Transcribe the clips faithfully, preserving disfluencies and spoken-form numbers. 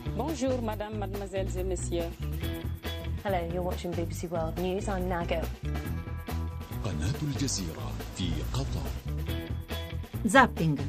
Bonjour, madame, mademoiselles et messieurs. Hello, you're watching B B C World News. I'm Nago. قناة الجزيرة في قطر. Zapping.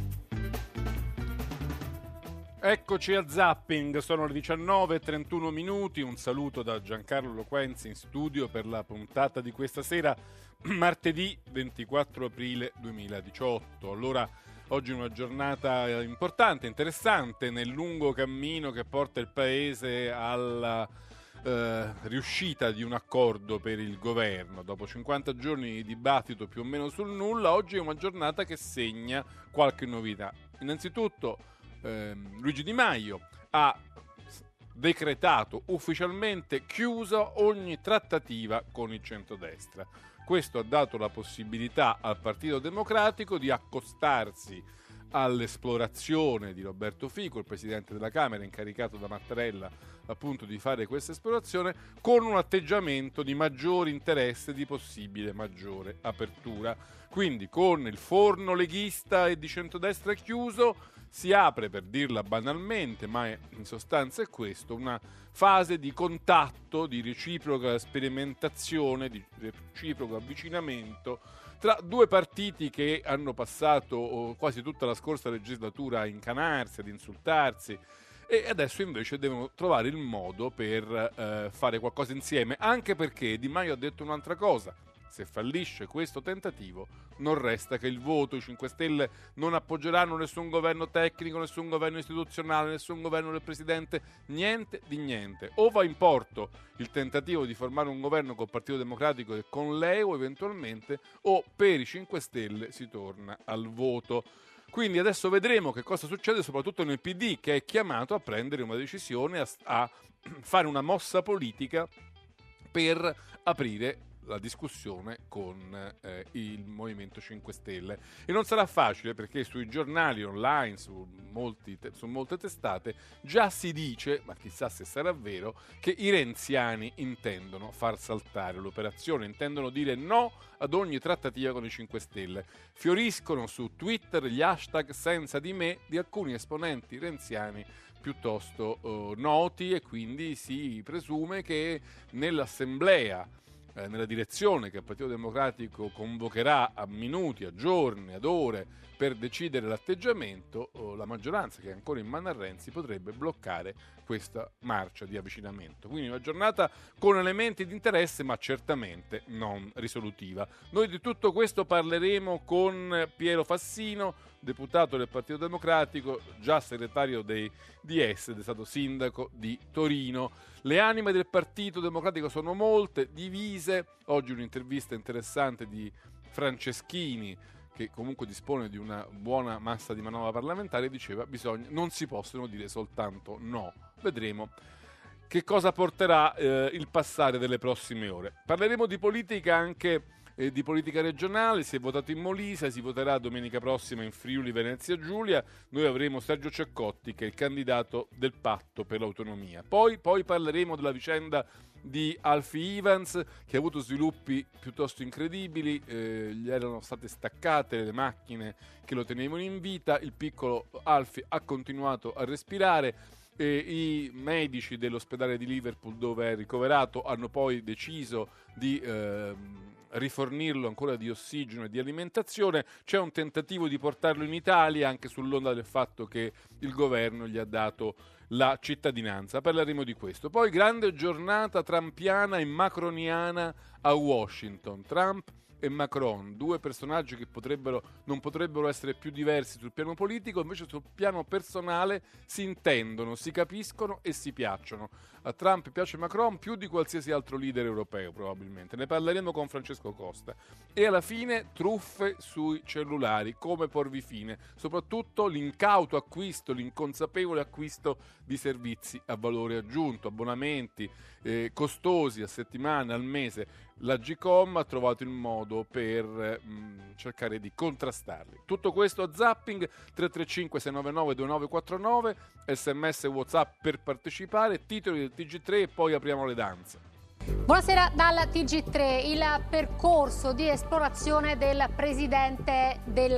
Eccoci a Zapping, sono le diciannove e trentuno minuti, un saluto da Giancarlo Loquenzi in studio per la puntata di questa sera, martedì ventiquattro aprile duemiladiciotto. Allora, oggi è una giornata importante, interessante, nel lungo cammino che porta il Paese alla eh, riuscita di un accordo per il governo. Dopo cinquanta giorni di dibattito più o meno sul nulla, oggi è una giornata che segna qualche novità. Innanzitutto, Eh, Luigi Di Maio ha decretato ufficialmente chiusa ogni trattativa con il centrodestra. Questo ha dato la possibilità al Partito Democratico di accostarsi all'esplorazione di Roberto Fico, il presidente della Camera incaricato da Mattarella appunto di fare questa esplorazione, con un atteggiamento di maggiore interesse, di possibile maggiore apertura. Quindi con il forno leghista e di centrodestra chiuso si apre, per dirla banalmente, ma in sostanza è questo, una fase di contatto, di reciproca sperimentazione, di reciproco avvicinamento tra due partiti che hanno passato quasi tutta la scorsa legislatura a incanarsi, ad insultarsi, e adesso invece devono trovare il modo per eh, fare qualcosa insieme, anche perché Di Maio ha detto un'altra cosa: se fallisce questo tentativo non resta che il voto. I cinque Stelle non appoggeranno nessun governo tecnico, nessun governo istituzionale, nessun governo del Presidente, niente di niente. O va in porto il tentativo di formare un governo col Partito Democratico e con l'E U eventualmente, o per i cinque Stelle si torna al voto. Quindi adesso vedremo che cosa succede, soprattutto nel P D, che è chiamato a prendere una decisione, a, a fare una mossa politica per aprire la discussione con eh, il Movimento cinque Stelle. E non sarà facile, perché sui giornali online, su, molti te- su molte testate, già si dice, ma chissà se sarà vero, che i renziani intendono far saltare l'operazione, intendono dire no ad ogni trattativa con i cinque Stelle. Fioriscono su Twitter gli hashtag senza di me di alcuni esponenti renziani piuttosto eh, noti, e quindi si presume che nell'assemblea, Eh, nella direzione che il Partito Democratico convocherà a minuti, a giorni, ad ore per decidere l'atteggiamento, oh, la maggioranza che è ancora in mano a Renzi potrebbe bloccare questa marcia di avvicinamento. Quindi una giornata con elementi di interesse, ma certamente non risolutiva. Noi di tutto questo parleremo con Piero Fassino, deputato del Partito Democratico, già segretario dei D S ed è stato sindaco di Torino. Le anime del Partito Democratico sono molte, divise. Oggi un'intervista interessante di Franceschini, che comunque dispone di una buona massa di manovra parlamentare, diceva bisogna, non si possono dire soltanto no. Vedremo che cosa porterà eh, il passare delle prossime ore. Parleremo di politica anche eh, di politica regionale. Si è votato in Molise, si voterà domenica prossima in Friuli Venezia Giulia. Noi avremo Sergio Ceccotti, che è il candidato del Patto per l'Autonomia. Poi, poi parleremo della vicenda di Alfie Evans, che ha avuto sviluppi piuttosto incredibili. Eh, gli erano state staccate le macchine che lo tenevano in vita. Il piccolo Alfie ha continuato a respirare. Eh, I medici dell'ospedale di Liverpool, dove è ricoverato, hanno poi deciso di eh, rifornirlo ancora di ossigeno e di alimentazione. C'è un tentativo di portarlo in Italia, anche sull'onda del fatto che il governo gli ha dato la cittadinanza. Parleremo di questo. Poi grande giornata trampiana e macroniana a Washington. Trump e Macron, due personaggi che potrebbero, non potrebbero essere più diversi sul piano politico, invece sul piano personale si intendono, si capiscono e si piacciono. A Trump piace Macron più di qualsiasi altro leader europeo, probabilmente. Ne parleremo con Francesco Costa. E alla fine truffe sui cellulari, come porvi fine, soprattutto l'incauto acquisto, l'inconsapevole acquisto di servizi a valore aggiunto, abbonamenti eh, costosi a settimana, al mese. La Gcom ha trovato il modo per mh, cercare di contrastarli. Tutto questo a Zapping. Tre tre cinque sei nove nove due nove quattro nove, sms e WhatsApp per partecipare, titoli del T G tre e poi apriamo le danze. Buonasera dal T G tre. Il percorso di esplorazione del Presidente della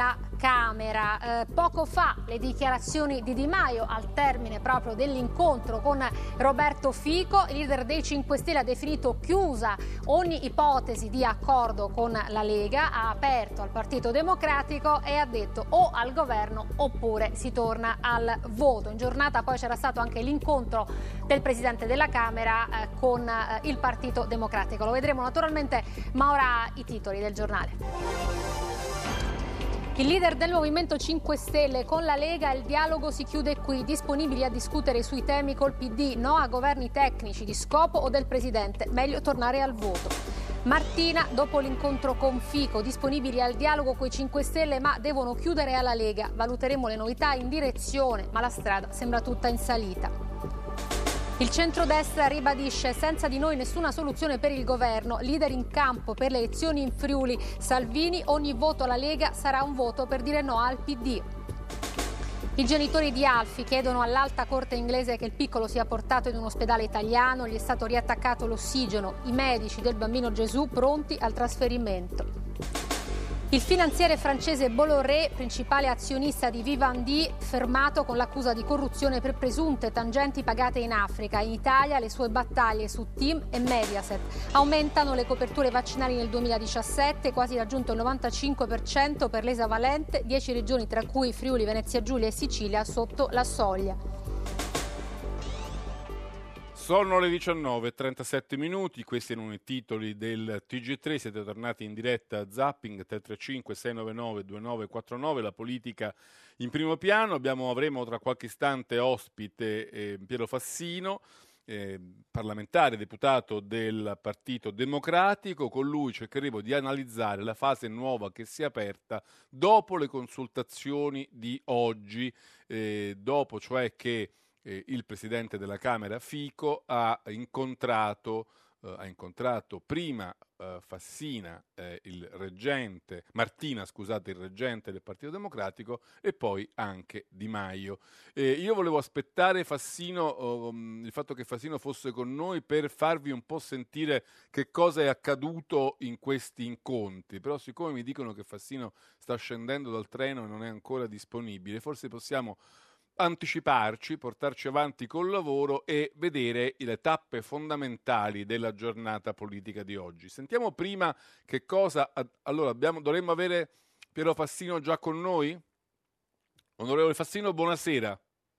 Camera. Eh, poco fa le dichiarazioni di Di Maio al termine proprio dell'incontro con Roberto Fico. Il leader dei cinque Stelle ha definito chiusa ogni ipotesi di accordo con la Lega, ha aperto al Partito Democratico e ha detto o al governo oppure si torna al voto. In giornata poi c'era stato anche l'incontro del Presidente della Camera eh, con eh, il Partito Democratico. Lo vedremo naturalmente, ma ora i titoli del giornale. Il leader del Movimento cinque Stelle con la Lega, il dialogo si chiude qui, disponibili a discutere sui temi col P D, no a governi tecnici di scopo o del Presidente, meglio tornare al voto. Martina, dopo l'incontro con Fico, disponibili al dialogo coi cinque Stelle ma devono chiudere alla Lega, valuteremo le novità in direzione, ma la strada sembra tutta in salita. Il centrodestra ribadisce senza di noi nessuna soluzione per il governo, leader in campo per le elezioni in Friuli, Salvini, ogni voto alla Lega sarà un voto per dire no al P D. I genitori di Alfie chiedono all'alta corte inglese che il piccolo sia portato in un ospedale italiano, gli è stato riattaccato l'ossigeno, i medici del bambino Gesù pronti al trasferimento. Il finanziere francese Bolloré, principale azionista di Vivendi, fermato con l'accusa di corruzione per presunte tangenti pagate in Africa. In Italia le sue battaglie su Team e Mediaset. Aumentano le coperture vaccinali nel duemiladiciassette, quasi raggiunto il novantacinque per cento per l'esavalente, dieci regioni tra cui Friuli, Venezia Giulia e Sicilia sotto la soglia. Sono le diciannove e trentasette minuti, questi erano i titoli del T G tre, siete tornati in diretta a Zapping, tre tre cinque sei nove nove due nove quattro nove, la politica in primo piano. Abbiamo, avremo tra qualche istante ospite eh, Piero Fassino, eh, parlamentare, deputato del Partito Democratico. Con lui cercheremo di analizzare la fase nuova che si è aperta dopo le consultazioni di oggi, eh, dopo cioè che Eh, il presidente della Camera Fico ha incontrato, eh, ha incontrato prima eh, Fassina, eh, il reggente, Martina, scusate, il reggente del Partito Democratico, e poi anche Di Maio. Eh, io volevo aspettare Fassino, um, il fatto che Fassino fosse con noi per farvi un po' sentire che cosa è accaduto in questi incontri, però siccome mi dicono che Fassino sta scendendo dal treno e non è ancora disponibile, forse possiamo anticiparci, portarci avanti col lavoro e vedere le tappe fondamentali della giornata politica di oggi. Sentiamo prima che cosa... Allora, abbiamo, dovremmo avere Piero Fassino già con noi? Onorevole Fassino, buonasera.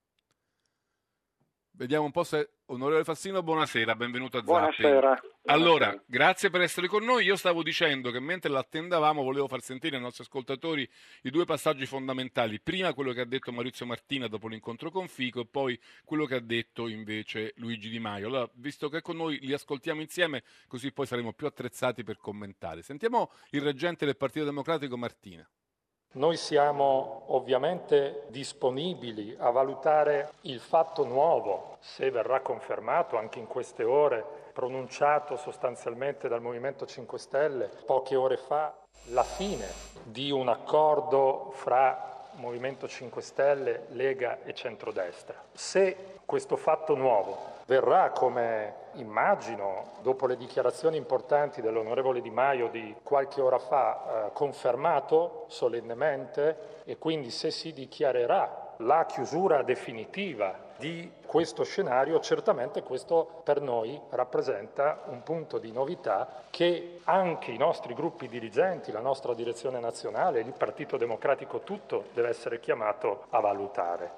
Vediamo un po' se... Onorevole Fassino, buonasera, benvenuto a Zapping. Buonasera. Allora, grazie per essere con noi. Io stavo dicendo che mentre l'attendavamo volevo far sentire ai nostri ascoltatori i due passaggi fondamentali. Prima quello che ha detto Maurizio Martina dopo l'incontro con Fico e poi quello che ha detto invece Luigi Di Maio. Allora, visto che con noi li ascoltiamo insieme, così poi saremo più attrezzati per commentare. Sentiamo il reggente del Partito Democratico, Martina. Noi siamo ovviamente disponibili a valutare il fatto nuovo, se verrà confermato anche in queste ore, pronunciato sostanzialmente dal Movimento cinque Stelle poche ore fa, la fine di un accordo fra Movimento cinque Stelle, Lega e Centrodestra. Se questo fatto nuovo verrà, come immagino, dopo le dichiarazioni importanti dell'onorevole Di Maio di qualche ora fa, eh, confermato solennemente, e quindi se si dichiarerà la chiusura definitiva di questo scenario, certamente questo per noi rappresenta un punto di novità che anche i nostri gruppi dirigenti, la nostra direzione nazionale, il Partito Democratico tutto deve essere chiamato a valutare.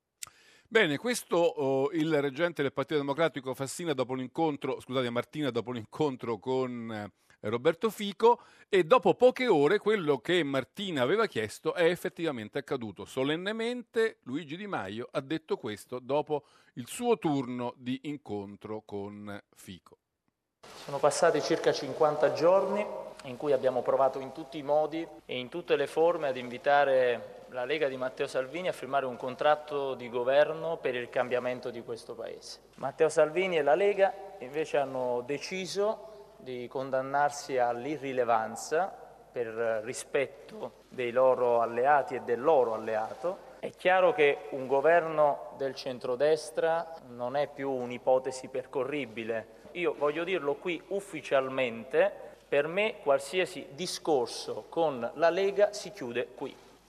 Bene, questo oh, il reggente del Partito Democratico Fassina dopo l'incontro, scusate Martina, dopo l'incontro con eh, Roberto Fico, e dopo poche ore quello che Martina aveva chiesto è effettivamente accaduto. Solennemente Luigi Di Maio ha detto questo dopo il suo turno di incontro con Fico. Sono passati circa cinquanta giorni in cui abbiamo provato in tutti i modi e in tutte le forme ad invitare la Lega di Matteo Salvini a firmare un contratto di governo per il cambiamento di questo Paese. Matteo Salvini e la Lega invece hanno deciso di condannarsi all'irrilevanza per rispetto dei loro alleati e del loro alleato. È chiaro che un governo del centrodestra non è più un'ipotesi percorribile. Io voglio dirlo qui ufficialmente, per me qualsiasi discorso con la Lega si chiude qui.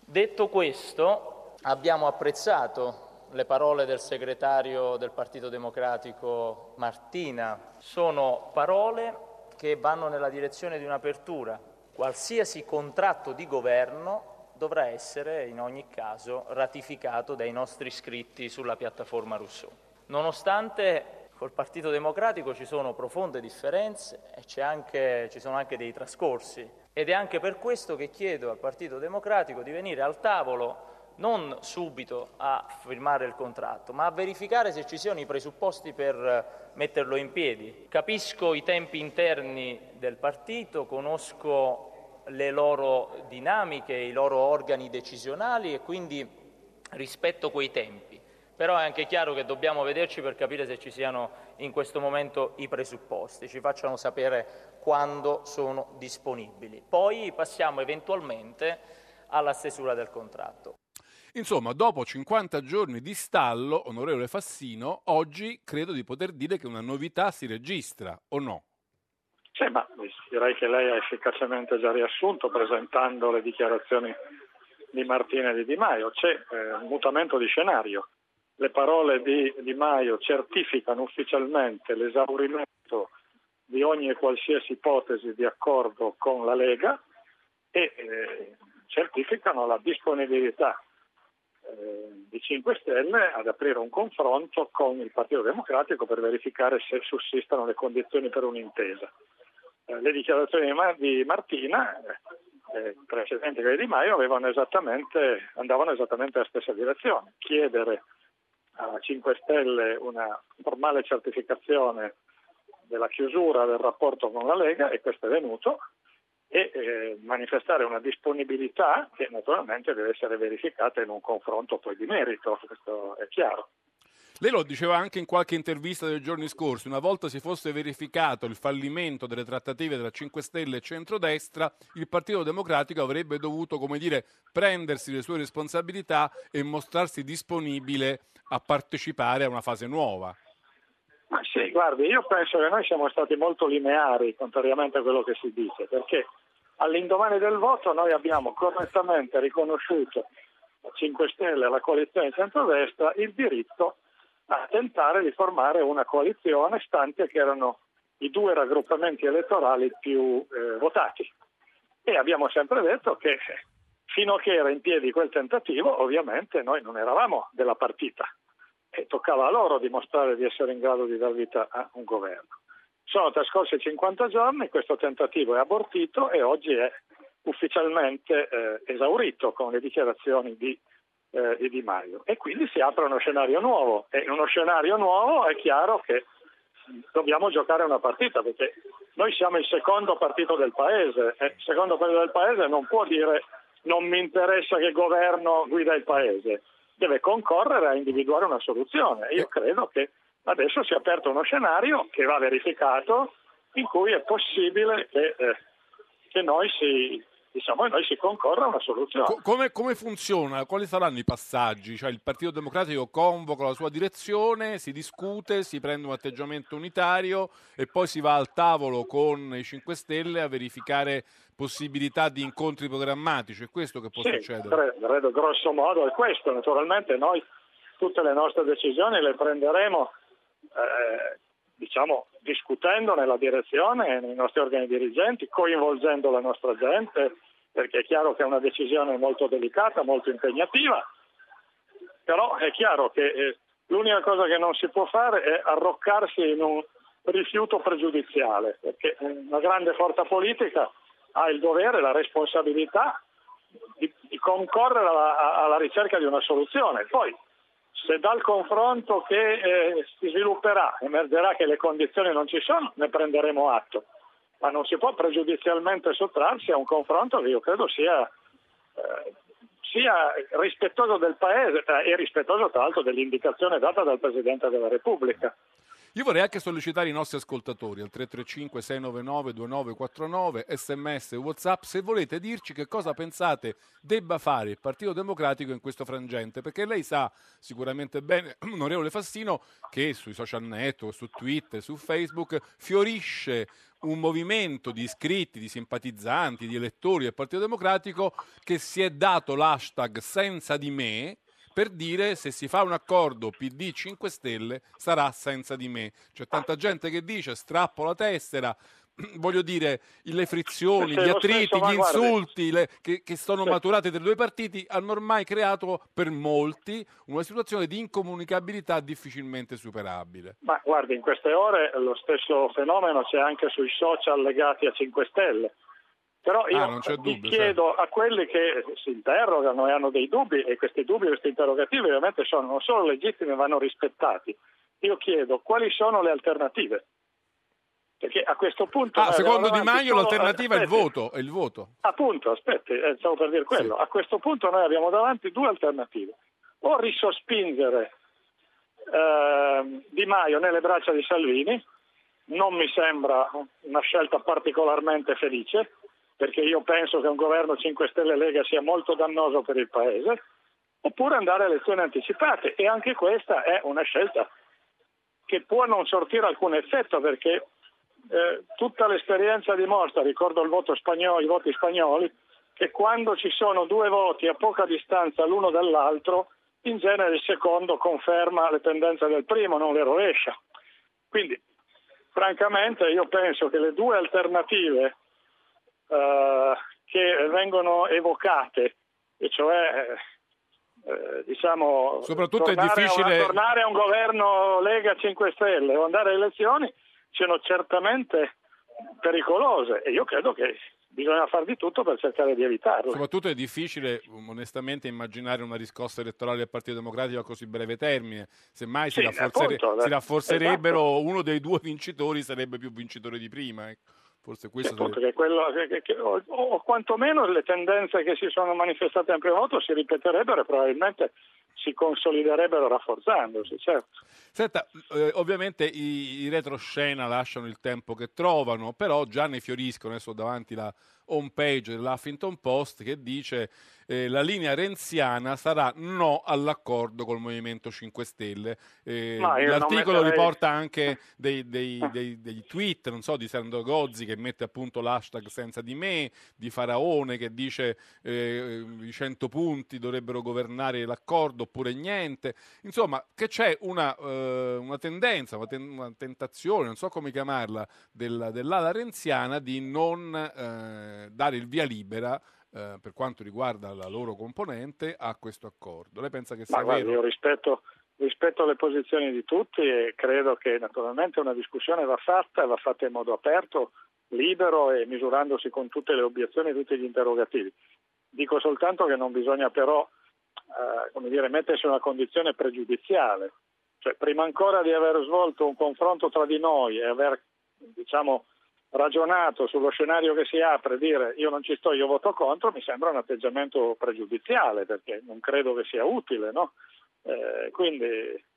Detto questo, abbiamo apprezzato le parole del segretario del Partito Democratico Martina. Sono parole che vanno nella direzione di un'apertura. Qualsiasi contratto di governo dovrà essere in ogni caso ratificato dai nostri iscritti sulla piattaforma Rousseau. Nonostante col Partito Democratico ci sono profonde differenze e c'è anche, ci sono anche dei trascorsi, ed è anche per questo che chiedo al Partito Democratico di venire al tavolo non subito a firmare il contratto, ma a verificare se ci siano i presupposti per metterlo in piedi. Capisco i tempi interni del partito, conosco le loro dinamiche, i loro organi decisionali e quindi rispetto quei tempi. Però è anche chiaro che dobbiamo vederci per capire se ci siano in questo momento i presupposti, ci facciano sapere quando sono disponibili. Poi passiamo eventualmente alla stesura del contratto. Insomma, dopo cinquanta giorni di stallo, onorevole Fassino, oggi credo di poter dire che una novità si registra, o no? Sì, ma direi che lei ha efficacemente già riassunto presentando le dichiarazioni di Martina e di Di Maio. C'è eh, un mutamento di scenario. Le parole di Di Maio certificano ufficialmente l'esaurimento di ogni e qualsiasi ipotesi di accordo con la Lega e eh, certificano la disponibilità eh, di cinque Stelle ad aprire un confronto con il Partito Democratico per verificare se sussistano le condizioni per un'intesa. Eh, le dichiarazioni di, Mar- di Martina eh, precedenti che Di Maio avevano esattamente, andavano esattamente nella stessa direzione, chiedere a cinque Stelle una formale certificazione della chiusura del rapporto con la Lega, e questo è venuto, e eh, manifestare una disponibilità che naturalmente deve essere verificata in un confronto poi di merito, questo è chiaro. Lei lo diceva anche in qualche intervista dei giorni scorsi: una volta si fosse verificato il fallimento delle trattative tra cinque Stelle e centrodestra, il Partito Democratico avrebbe dovuto, come dire, prendersi le sue responsabilità e mostrarsi disponibile a partecipare a una fase nuova. Ma sì, guardi, io penso che noi siamo stati molto lineari, contrariamente a quello che si dice, perché all'indomani del voto noi abbiamo correttamente riconosciuto a cinque Stelle e alla coalizione di centrodestra il diritto a tentare di formare una coalizione, stante che erano i due raggruppamenti elettorali più eh, votati. E abbiamo sempre detto che fino a che era in piedi quel tentativo, ovviamente noi non eravamo della partita e toccava a loro dimostrare di essere in grado di dar vita a un governo. Sono trascorsi cinquanta giorni, questo tentativo è abortito e oggi è ufficialmente eh, esaurito con le dichiarazioni di, eh, di Di Maio, e quindi si apre uno scenario nuovo, e in uno scenario nuovo è chiaro che dobbiamo giocare una partita, perché noi siamo il secondo partito del paese e il secondo partito del paese non può dire non mi interessa che il governo guida il paese, deve concorrere a individuare una soluzione. Io credo che adesso si è aperto uno scenario che va verificato, in cui è possibile che, eh, che noi si diciamo noi si concorra a una soluzione. Co- come, come funziona? Quali saranno i passaggi? Cioè il Partito Democratico convoca la sua direzione, si discute, si prende un atteggiamento unitario e poi si va al tavolo con i cinque Stelle a verificare possibilità di incontri programmatici. È questo che può sì, succedere? Credo grosso modo è questo. Naturalmente noi tutte le nostre decisioni le prenderemo eh, diciamo discutendo nella direzione nei nostri organi dirigenti, coinvolgendo la nostra gente, perché è chiaro che è una decisione molto delicata, molto impegnativa, però è chiaro che eh, l'unica cosa che non si può fare è arroccarsi in un rifiuto pregiudiziale, perché una grande forza politica ha il dovere, la responsabilità di, di concorrere alla, alla ricerca di una soluzione. Poi se dal confronto che eh, si svilupperà emergerà che le condizioni non ci sono, ne prenderemo atto, ma non si può pregiudizialmente sottrarsi a un confronto che io credo sia, eh, sia rispettoso del Paese eh, e rispettoso tra l'altro dell'indicazione data dal Presidente della Repubblica. Io vorrei anche sollecitare i nostri ascoltatori al tre tre cinque sei nove nove due nove quattro nove, sms e WhatsApp, se volete dirci che cosa pensate debba fare il Partito Democratico in questo frangente, perché lei sa sicuramente bene, onorevole Fassino, che sui social network, su Twitter, su Facebook fiorisce un movimento di iscritti, di simpatizzanti, di elettori del Partito Democratico che si è dato l'hashtag senza di me, per dire se si fa un accordo P D cinque Stelle sarà senza di me. C'è tanta gente che dice strappo la tessera, voglio dire, le frizioni, gli attriti, gli insulti le, che, che sono maturati tra i due partiti hanno ormai creato per molti una situazione di incomunicabilità difficilmente superabile. Ma guardi, in queste ore lo stesso fenomeno c'è anche sui social legati a cinque Stelle. Però io ah, non c'è vi dubbio, chiedo certo. a quelli che si interrogano e hanno dei dubbi, e questi dubbi, questi interrogativi ovviamente sono non solo legittimi ma vanno rispettati, io chiedo quali sono le alternative? Perché a questo punto... Ah, secondo Di Maio solo... l'alternativa aspetti. è il voto, è il voto. Appunto, aspetti, eh, stavo per dire quello. Sì. A questo punto noi abbiamo davanti due alternative. O risospingere eh, Di Maio nelle braccia di Salvini, non mi sembra una scelta particolarmente felice, perché io penso che un governo cinque Stelle Lega sia molto dannoso per il Paese, oppure andare a elezioni anticipate, e anche questa è una scelta che può non sortire alcun effetto, perché eh, tutta l'esperienza dimostra, ricordo il voto spagnolo, i voti spagnoli, che quando ci sono due voti a poca distanza l'uno dall'altro, in genere il secondo conferma le tendenze del primo, non le rovescia. Quindi, francamente, io penso che le due alternative Uh, che vengono evocate, e cioè eh, diciamo soprattutto è tornare, difficile a una, tornare a un governo Lega cinque Stelle o andare alle elezioni, siano certamente pericolose, e io credo che bisogna fare di tutto per cercare di evitarle. Soprattutto è difficile onestamente immaginare una riscossa elettorale del Partito Democratico a così breve termine, semmai si, sì, rafforzere, appunto, si rafforzerebbero, esatto. Uno dei due vincitori sarebbe più vincitore di prima, ecco. Forse questo appunto, sarebbe... che quello, che, che, o, o quantomeno le tendenze che si sono manifestate in primo voto si ripeterebbero e probabilmente si consoliderebbero rafforzandosi, certo. Senta, eh, ovviamente i, i retroscena lasciano il tempo che trovano, però già ne fioriscono, adesso ho davanti la home page dell'Huffington Post che dice eh, la linea renziana sarà no all'accordo col Movimento cinque Stelle. Eh, l'articolo metterei... riporta anche dei, dei, dei, dei tweet, non so, di Sandro Gozzi che mette appunto l'hashtag senza di me, di Faraone che dice eh, i cento punti dovrebbero governare l'accordo oppure niente. Insomma, che c'è una, eh, una tendenza, una, ten- una tentazione, non so come chiamarla, del, dell'ala renziana di non eh, dare il via libera eh, per quanto riguarda la loro componente a questo accordo. Lei pensa che sia Ma guarda, vero? Io rispetto, rispetto le posizioni di tutti e credo che naturalmente una discussione va fatta e va fatta in modo aperto, libero e misurandosi con tutte le obiezioni e tutti gli interrogativi. Dico soltanto che non bisogna però eh, come dire, mettersi in una condizione pregiudiziale, cioè prima ancora di aver svolto un confronto tra di noi e aver diciamo ragionato sullo scenario che si apre, dire io non ci sto, io voto contro, mi sembra un atteggiamento pregiudiziale, perché non credo che sia utile, no? Eh, quindi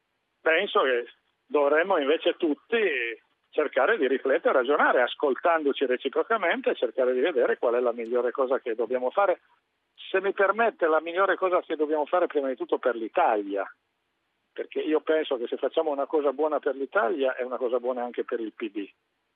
penso che dovremmo invece tutti cercare di riflettere, ragionare, ascoltandoci reciprocamente e cercare di vedere qual è la migliore cosa che dobbiamo fare. Se mi permette, la migliore cosa che dobbiamo fare prima di tutto per l'Italia, perché io penso che se facciamo una cosa buona per l'Italia è una cosa buona anche per il P D.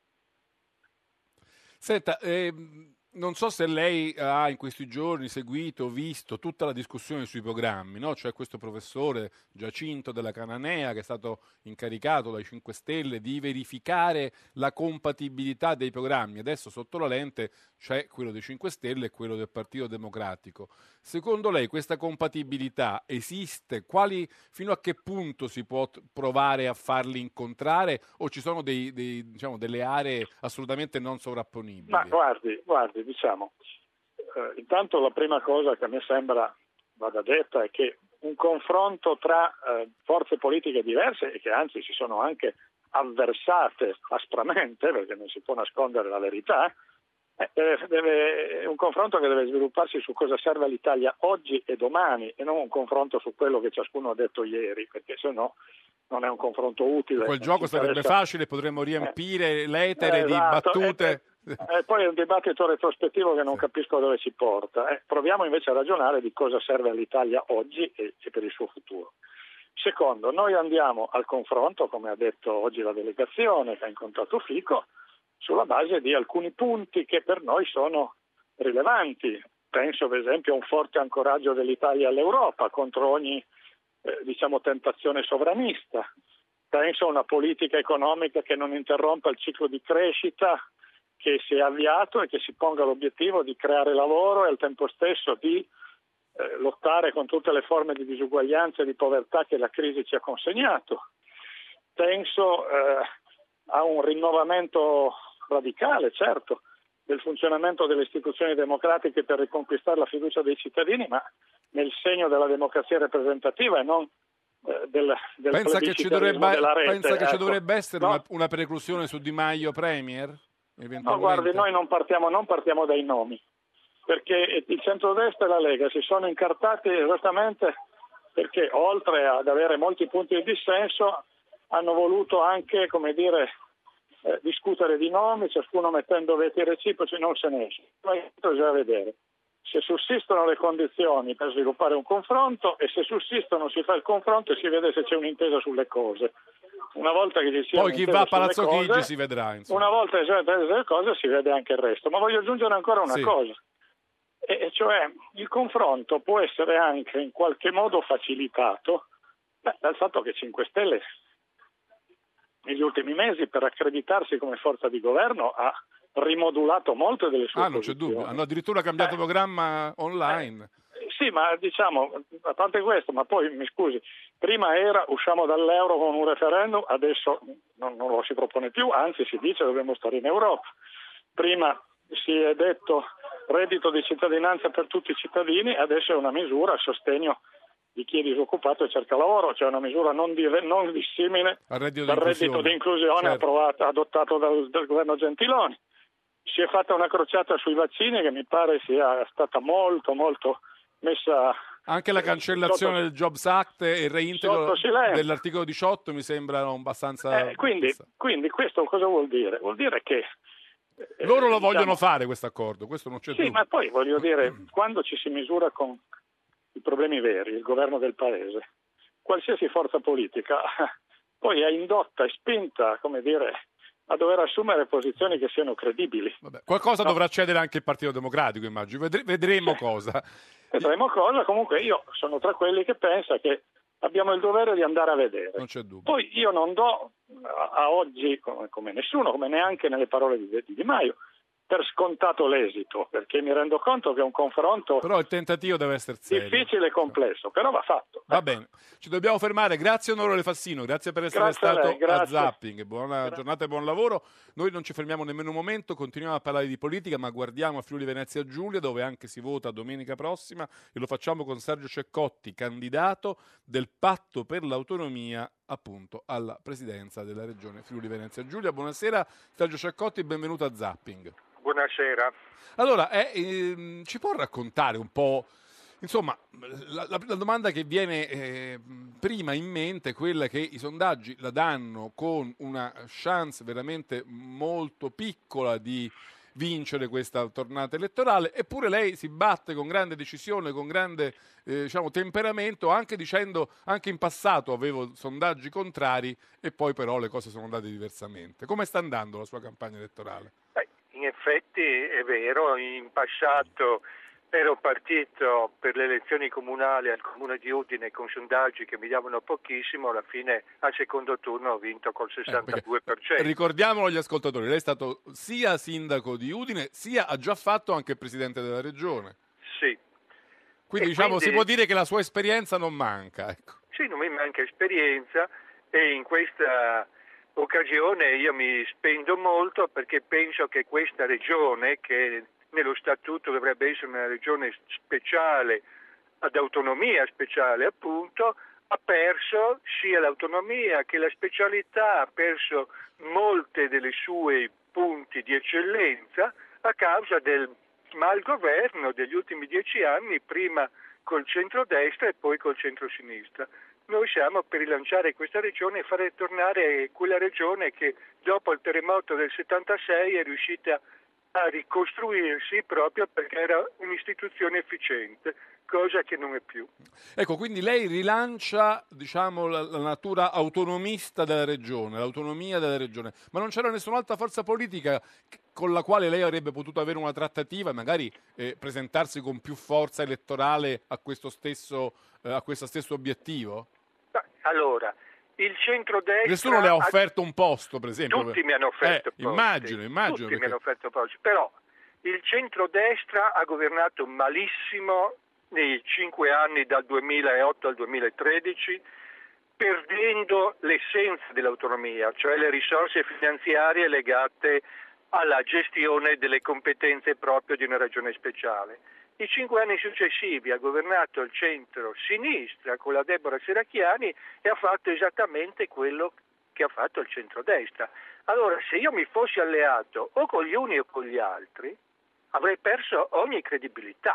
Senta, eh, non so se lei ha in questi giorni seguito, visto tutta la discussione sui programmi, no? C'è questo professore Giacinto della Cananea che è stato incaricato dai cinque Stelle di verificare la compatibilità dei programmi. Adesso sotto la lente c'è quello dei cinque Stelle e quello del Partito Democratico. Secondo lei questa compatibilità esiste? Quali, fino a che punto si può t- provare a farli incontrare, o ci sono dei, dei, diciamo, delle aree assolutamente non sovrapponibili? Ma guardi, guardi, diciamo, eh, intanto la prima cosa che a me sembra vada detta è che un confronto tra eh, forze politiche diverse e che anzi si sono anche avversate aspramente, perché non si può nascondere la verità, Deve, deve, è un confronto che deve svilupparsi su cosa serve all'Italia oggi e domani, e non un confronto su quello che ciascuno ha detto ieri, perché se no non è un confronto utile. Quel gioco sarebbe interessa... facile, potremmo riempire l'etere eh, di esatto. battute. E, e poi è un dibattito retrospettivo che non capisco dove ci porta. Eh, proviamo invece a ragionare di cosa serve all'Italia oggi e, e per il suo futuro. Secondo, noi andiamo al confronto, come ha detto oggi la delegazione che ha incontrato Fico, sulla base di alcuni punti che per noi sono rilevanti. Penso per esempio a un forte ancoraggio dell'Italia all'Europa contro ogni eh, diciamo tentazione sovranista. Penso a una politica economica che non interrompa il ciclo di crescita che si è avviato e che si ponga l'obiettivo di creare lavoro e al tempo stesso di eh, lottare con tutte le forme di disuguaglianza e di povertà che la crisi ci ha consegnato. Penso eh, a un rinnovamento radicale, certo, del funzionamento delle istituzioni democratiche per riconquistare la fiducia dei cittadini, ma nel segno della democrazia rappresentativa e non eh, del, del pensa che ci dovrebbe, della rete. pensa che ecco. ci dovrebbe essere no. una, una preclusione su Di Maio Premier? No, guardi, noi non partiamo, non partiamo dai nomi, perché il centrodestra e la Lega si sono incartati esattamente perché oltre ad avere molti punti di dissenso hanno voluto anche, come dire, eh, discutere di nomi, ciascuno mettendo veti reciproci, non se ne esce. Poi bisogna vedere se sussistono le condizioni per sviluppare un confronto e se sussistono si fa il confronto e si vede se c'è un'intesa sulle cose. Una volta che ci sia poi chi va a Palazzo cose, Chigi si vedrà, insomma. Una volta che si vede le cose si vede anche il resto. Ma voglio aggiungere ancora una sì. cosa, e, e cioè il confronto può essere anche in qualche modo facilitato beh, dal fatto che cinque Stelle negli ultimi mesi per accreditarsi come forza di governo ha rimodulato molte delle sue ah, non c'è dubbio, hanno addirittura cambiato eh, programma online. Eh, sì, ma diciamo, a parte questo, ma poi mi scusi, prima era usciamo dall'euro con un referendum, adesso non, non lo si propone più, anzi si dice dobbiamo stare in Europa. Prima si è detto reddito di cittadinanza per tutti i cittadini, adesso è una misura a sostegno di chi è disoccupato e cerca lavoro, cioè una misura non, di, non dissimile reddito dal di reddito di inclusione certo. approvato, adottato dal, dal governo Gentiloni. Si è fatta una crociata sui vaccini che mi pare sia stata molto molto messa anche la cancellazione sotto, del Jobs Act e il reintegro dell'articolo diciotto mi sembrano abbastanza eh, quindi, quindi questo cosa vuol dire? Vuol dire che eh, loro lo diciamo, vogliono fare questo accordo, questo non c'è sì, dubbio. Ma poi voglio dire, quando ci si misura con i problemi veri, il governo del paese, qualsiasi forza politica poi è indotta e spinta, come dire, a dover assumere posizioni che siano credibili. Vabbè, qualcosa no. dovrà cedere anche il Partito Democratico, immagino. Vedre- vedremo sì. cosa. Vedremo cosa. Comunque io sono tra quelli che pensa che abbiamo il dovere di andare a vedere. Non c'è dubbio. Poi io non do a, a oggi, come, come nessuno, come neanche nelle parole di, di Di Maio, per scontato l'esito, perché mi rendo conto che è un confronto però il tentativo deve essere serio. difficile e complesso, però va fatto. Va bene, ci dobbiamo fermare. Grazie onorevole Fassino, grazie per essere grazie stato a, lei, a Zapping. Buona grazie. giornata e buon lavoro. Noi non ci fermiamo nemmeno un momento, continuiamo a parlare di politica, ma guardiamo a Friuli Venezia Giulia, dove anche si vota domenica prossima, e lo facciamo con Sergio Ceccotti, candidato del Patto per l'Autonomia appunto alla presidenza della regione Friuli Venezia Giulia. Buonasera Sergio Ceccotti, benvenuto a Zapping. Buonasera. Allora, eh, ehm, ci può raccontare un po', insomma, la, la, la domanda che viene eh, prima in mente è quella che i sondaggi la danno con una chance veramente molto piccola di vincere questa tornata elettorale, eppure lei si batte con grande decisione, con grande eh, diciamo, temperamento, anche dicendo, anche in passato avevo sondaggi contrari e poi però le cose sono andate diversamente. Come sta andando la sua campagna elettorale? Beh, in effetti è vero, in passato ero partito per le elezioni comunali al comune di Udine con sondaggi che mi davano pochissimo, alla fine al secondo turno ho vinto col sessantadue per cento. Eh, ricordiamolo agli ascoltatori, lei è stato sia sindaco di Udine, sia ha già fatto anche presidente della regione. Sì. Quindi e diciamo quindi, si può dire che la sua esperienza non manca. Ecco. Sì, non mi manca esperienza e in questa occasione io mi spendo molto perché penso che questa regione, che nello statuto dovrebbe essere una regione speciale, ad autonomia speciale appunto, ha perso sia l'autonomia che la specialità, ha perso molte delle sue punti di eccellenza a causa del malgoverno degli ultimi dieci anni, prima col centrodestra e poi col centrosinistra. noi siamo per rilanciare questa regione e fare tornare quella regione che dopo il terremoto del settantasei è riuscita a ricostruirsi proprio perché era un'istituzione efficiente, cosa che non è più. Ecco, quindi lei rilancia, diciamo, la, la natura autonomista della regione, l'autonomia della regione, ma non c'era nessun'altra forza politica con la quale lei avrebbe potuto avere una trattativa e magari eh, presentarsi con più forza elettorale a questo stesso, eh, a questo stesso obiettivo? Allora, il centrodestra... Nessuno le ha offerto un posto, per esempio? Tutti mi hanno offerto eh, posti. Immagino, immagino. Tutti perché... mi hanno offerto posti, però il centrodestra ha governato malissimo nei cinque anni dal duemilaotto al duemilatredici, perdendo l'essenza dell'autonomia, cioè le risorse finanziarie legate alla gestione delle competenze proprio di una regione speciale. I cinque anni successivi ha governato il centro-sinistra con la Deborah Serracchiani e ha fatto esattamente quello che ha fatto il centrodestra. Allora, se io mi fossi alleato o con gli uni o con gli altri, avrei perso ogni credibilità.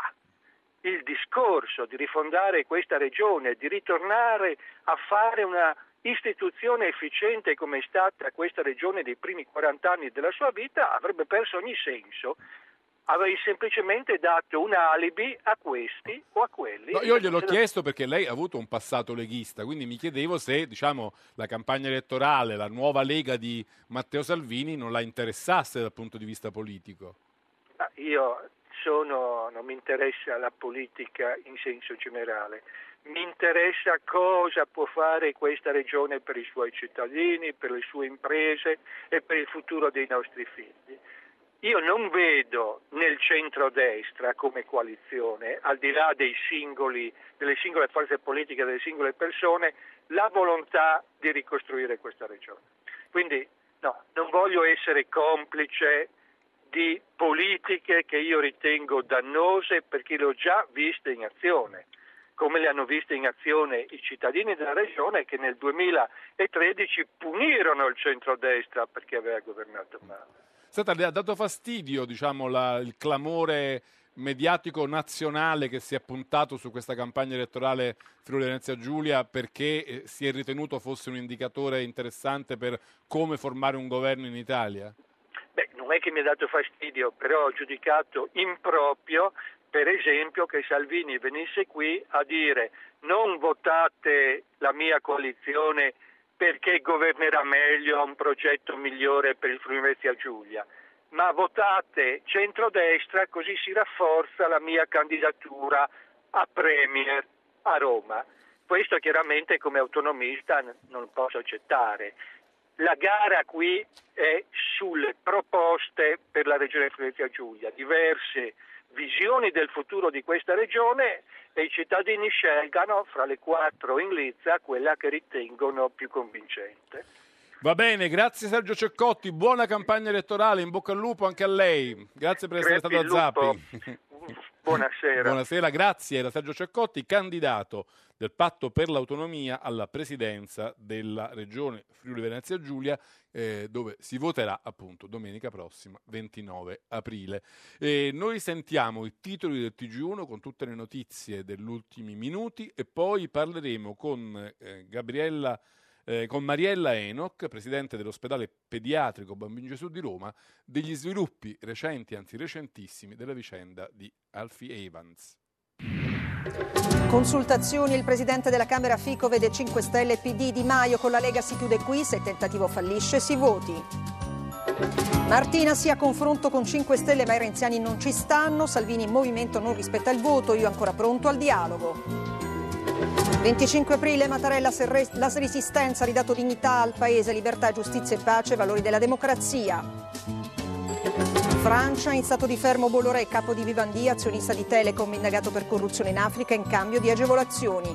Il discorso di rifondare questa regione, di ritornare a fare una istituzione efficiente come è stata questa regione dei primi quaranta anni della sua vita, avrebbe perso ogni senso. Avrei semplicemente dato un alibi a questi o a quelli. No, io gliel'ho chiesto perché lei ha avuto un passato leghista, quindi mi chiedevo se, diciamo, la campagna elettorale, la nuova Lega di Matteo Salvini non la interessasse dal punto di vista politico. Ma io sono, non mi interessa la politica in senso generale, mi interessa cosa può fare questa regione per i suoi cittadini, per le sue imprese e per il futuro dei nostri figli. Io non vedo nel centrodestra come coalizione, al di là dei singoli, delle singole forze politiche, delle singole persone, la volontà di ricostruire questa regione. Quindi no, non voglio essere complice di politiche che io ritengo dannose perché le ho già viste in azione, come le hanno viste in azione i cittadini della regione che nel duemilatredici punirono il centrodestra perché aveva governato male. Senta, le ha dato fastidio, diciamo, la, il clamore mediatico nazionale che si è puntato su questa campagna elettorale Friuli Venezia Giulia perché eh, si è ritenuto fosse un indicatore interessante per come formare un governo in Italia? Beh, non è che mi ha dato fastidio, però ho giudicato improprio, per esempio, che Salvini venisse qui a dire non votate la mia coalizione perché governerà meglio, ha un progetto migliore per il Friuli Venezia Giulia, ma votate centrodestra così si rafforza la mia candidatura a Premier a Roma. Questo chiaramente come autonomista non lo posso accettare. La gara qui è sulle proposte per la regione Friuli Venezia Giulia, diverse visioni del futuro di questa regione e i cittadini scelgano fra le quattro in lizza quella che ritengono più convincente. Va bene, grazie Sergio Ceccotti, buona campagna elettorale, in bocca al lupo anche a lei. Grazie per essere stato a Zapping. Buonasera. Buonasera, grazie. Era Sergio Ceccotti, candidato del Patto per l'Autonomia alla presidenza della regione Friuli Venezia Giulia, eh, dove si voterà appunto domenica prossima, ventinove aprile. E noi sentiamo i titoli del T G uno con tutte le notizie degli ultimi minuti e poi parleremo con eh, Gabriella Eh, con Mariella Enoch, presidente dell'ospedale pediatrico Bambino Gesù di Roma, degli sviluppi recenti, anzi recentissimi, della vicenda di Alfie Evans. Consultazioni, il presidente della Camera Fico vede cinque Stelle e P D, Di Maio con la Lega si chiude qui, se il tentativo fallisce si voti. Martina sia confronto con cinque Stelle ma i renziani non ci stanno, Salvini in movimento non rispetta il voto, io ancora pronto al dialogo. venticinque aprile, Mattarella, la resistenza ha ridato dignità al paese, libertà, giustizia e pace, valori della democrazia. Francia, in stato di fermo Bolloré, capo di Vivendi, azionista di Telecom, indagato per corruzione in Africa in cambio di agevolazioni.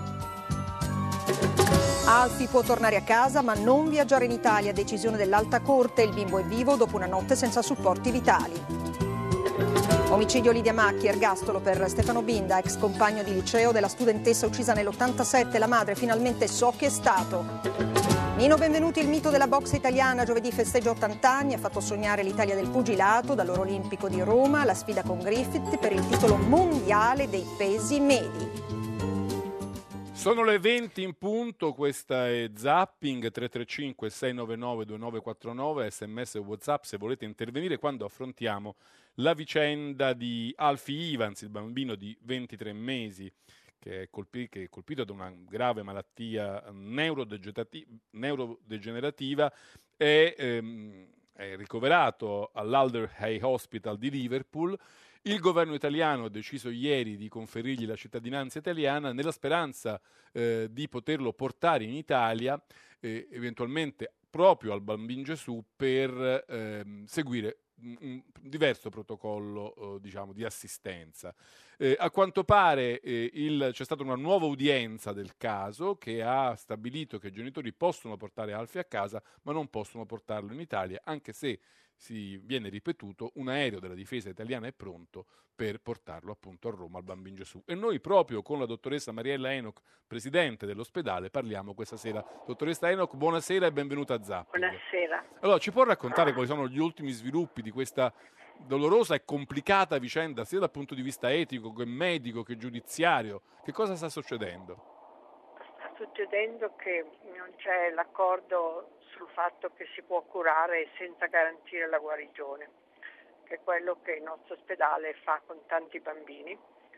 Alfie può tornare a casa ma non viaggiare in Italia, decisione dell'Alta Corte, il bimbo è vivo dopo una notte senza supporti vitali. Omicidio Lidia Macchi, ergastolo per Stefano Binda, ex compagno di liceo della studentessa uccisa nell'ottantasette, la madre finalmente so chi è stato. Nino Benvenuti, il mito della boxe italiana, giovedì festeggia ottanta anni, ha fatto sognare l'Italia del pugilato, dall'oro olimpico di Roma, la sfida con Griffith per il titolo mondiale dei pesi medi. Sono le venti in punto, questa è Zapping, tre tre cinque sei nove nove due nove quattro nove, sms e WhatsApp se volete intervenire quando affrontiamo la vicenda di Alfie Evans, il bambino di ventitré mesi che è, colpi- che è colpito da una grave malattia neurodegenerati- neurodegenerativa e ehm, è ricoverato all'Alder Hey Hospital di Liverpool. Il governo italiano ha deciso ieri di conferirgli la cittadinanza italiana nella speranza eh, di poterlo portare in Italia, eh, eventualmente proprio al Bambin Gesù, per eh, seguire un, un diverso protocollo eh, diciamo, di assistenza. Eh, a quanto pare eh, il, c'è stata una nuova udienza del caso che ha stabilito che i genitori possono portare Alfie a casa ma non possono portarlo in Italia, anche se si viene ripetuto, un aereo della difesa italiana è pronto per portarlo appunto a Roma al Bambin Gesù. E noi proprio con la dottoressa Mariella Enoch, presidente dell'ospedale, parliamo questa sera. Dottoressa Enoch, buonasera e benvenuta a Zapping. Buonasera. Allora, ci può raccontare quali sono gli ultimi sviluppi di questa dolorosa e complicata vicenda, sia dal punto di vista etico che medico che giudiziario? Che cosa sta succedendo? Sta succedendo che non c'è l'accordo sul fatto che si può curare senza garantire la guarigione, che è quello che il nostro ospedale fa con tanti bambini.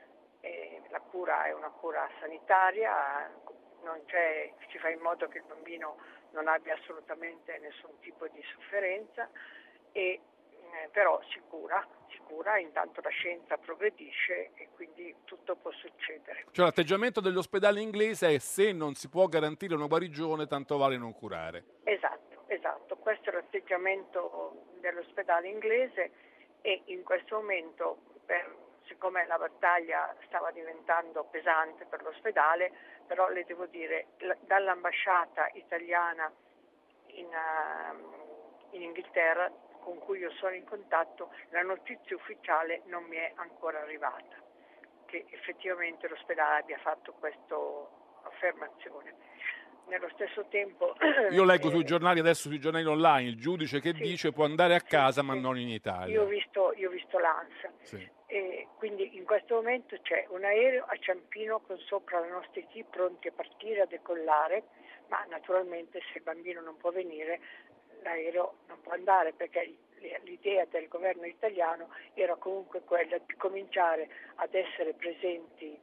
E la cura è una cura sanitaria, non c'è, si fa in modo che il bambino non abbia assolutamente nessun tipo di sofferenza, e, eh, però si cura, si cura, intanto la scienza progredisce e quindi tutto può succedere. Cioè l'atteggiamento dell'ospedale inglese è: se non si può garantire una guarigione, tanto vale non curare. Esatto, esatto, questo è l'atteggiamento dell'ospedale inglese e in questo momento, per, siccome la battaglia stava diventando pesante per l'ospedale, però le devo dire, dall'ambasciata italiana in, uh, in Inghilterra, con cui io sono in contatto, la notizia ufficiale non mi è ancora arrivata, che effettivamente l'ospedale abbia fatto questa affermazione. Nello stesso tempo io leggo eh, sui giornali adesso, sui giornali online, il giudice che sì, dice può andare a casa sì, ma sì. non in Italia. Io ho visto, io ho visto l'ANSA sì. E quindi in questo momento c'è un aereo a Ciampino con sopra la nostra equipe pronti a partire, a decollare, ma naturalmente se il bambino non può venire l'aereo non può andare, perché l'idea del governo italiano era comunque quella di cominciare ad essere presenti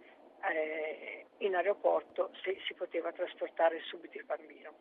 eh, in aeroporto se si poteva trasportare subito il bambino.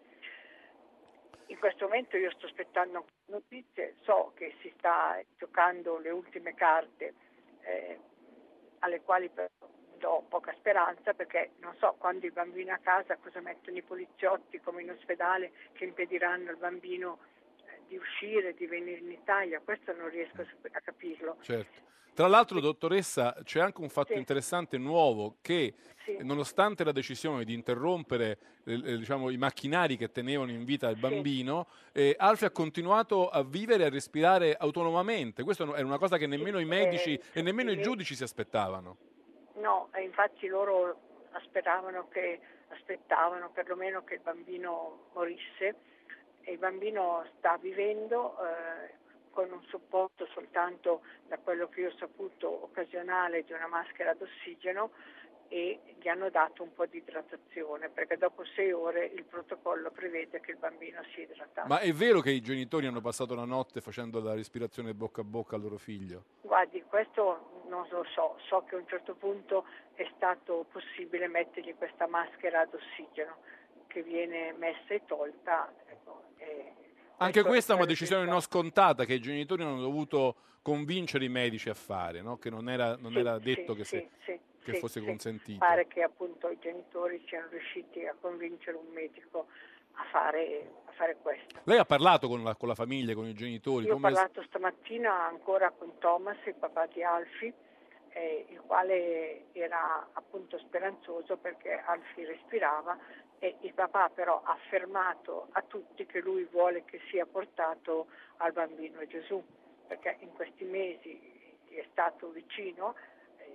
In questo momento io sto aspettando notizie, so che si sta giocando le ultime carte eh, alle quali però do poca speranza, perché non so quando il bambino è a casa cosa mettono i poliziotti come in ospedale che impediranno al bambino eh, di uscire, di venire in Italia. Questo non riesco a capirlo. Certo. Tra l'altro, dottoressa, c'è anche un fatto sì. interessante nuovo, che sì. nonostante la decisione di interrompere eh, diciamo, i macchinari che tenevano in vita il bambino, sì. eh, Alfie ha continuato a vivere e a respirare autonomamente. Questa è una cosa che nemmeno sì, i medici eh, e nemmeno sì. i giudici si aspettavano. No, infatti loro aspettavano che aspettavano perlomeno che il bambino morisse, e il bambino sta vivendo eh, con un supporto soltanto, da quello che io ho saputo, occasionale di una maschera d'ossigeno, e gli hanno dato un po' di idratazione, perché dopo sei ore il protocollo prevede che il bambino sia idratato. Ma è vero che i genitori hanno passato la notte facendo la respirazione bocca a bocca al loro figlio? Guardi, questo non lo so, so che a un certo punto è stato possibile mettergli questa maschera d'ossigeno che viene messa e tolta. Ecco, e Anche questa è una decisione non scontata che i genitori hanno dovuto convincere i medici a fare, no? Che non era, non sì, era detto sì, che, se, sì, che sì, fosse sì. consentito. Pare che appunto i genitori siano riusciti a convincere un medico a fare, a fare questo. Lei ha parlato con la, con la famiglia, con i genitori? Io come... ho parlato stamattina ancora con Thomas, il papà di Alfie, eh, il quale era appunto speranzoso perché Alfie respirava, e il papà però ha affermato a tutti che lui vuole che sia portato al Bambino Gesù, perché in questi mesi è stato vicino, eh,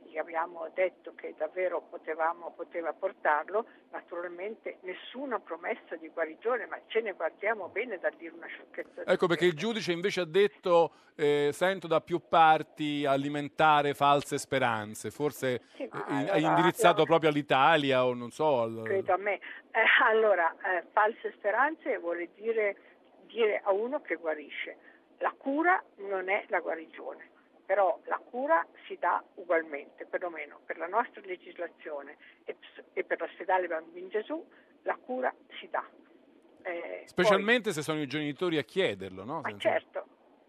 gli abbiamo detto che davvero potevamo, poteva portarlo, naturalmente nessuna promessa di guarigione, ma ce ne guardiamo bene dal dire una sciocchezza. Ecco perché il giudice invece ha detto eh, sento da più parti alimentare false speranze, forse Sì, ma eh, allora, è indirizzato no, proprio all'Italia o non so. Al... credo a me. Eh, allora, eh, false speranze vuole dire dire a uno che guarisce. La cura non è la guarigione. Però la cura si dà ugualmente, perlomeno per la nostra legislazione e, e per l'ospedale Bambino Gesù, la cura si dà. Eh, Specialmente poi, se sono i genitori a chiederlo, no? Ma Senza... certo,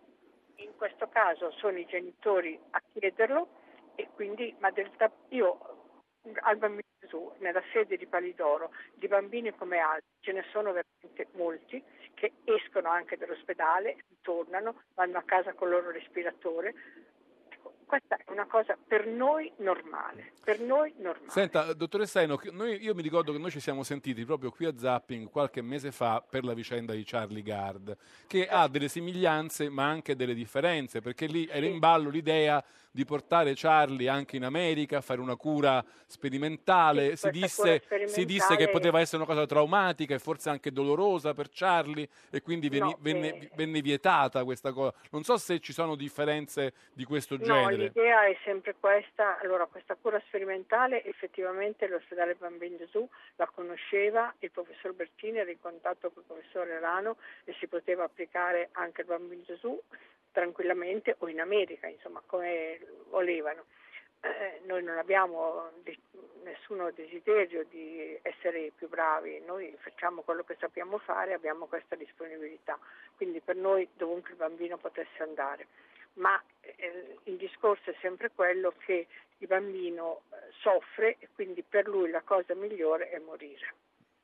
in questo caso sono i genitori a chiederlo e quindi, ma del, io al Bambino Gesù, nella sede di Palidoro, di bambini come altri, ce ne sono veramente molti che escono anche dall'ospedale, tornano, vanno a casa con il loro respiratore. Questa è una cosa per noi normale, per noi normale. Senta, dottoressa Eno, noi, io mi ricordo che noi ci siamo sentiti proprio qui a Zapping qualche mese fa per la vicenda di Charlie Gard, che ha delle somiglianze ma anche delle differenze, perché lì era in ballo l'idea di portare Charlie anche in America, fare una cura sperimentale. Sì, si, disse, cura sperimentale... si disse che poteva essere una cosa traumatica e forse anche dolorosa per Charlie e quindi veni, no, venne, eh... venne vietata questa cosa. Non so se ci sono differenze di questo no, genere. L'idea è sempre questa. Allora, questa cura sperimentale effettivamente l'ospedale Bambino Gesù la conosceva, il professor Bertini era in contatto con il professore Rano e si poteva applicare anche al Bambino Gesù tranquillamente o in America, insomma, come volevano. Eh, noi non abbiamo de- nessuno desiderio di essere più bravi, noi facciamo quello che sappiamo fare, abbiamo questa disponibilità, quindi per noi dovunque il bambino potesse andare. Ma eh, il discorso è sempre quello che il bambino eh, soffre e quindi per lui la cosa migliore è morire.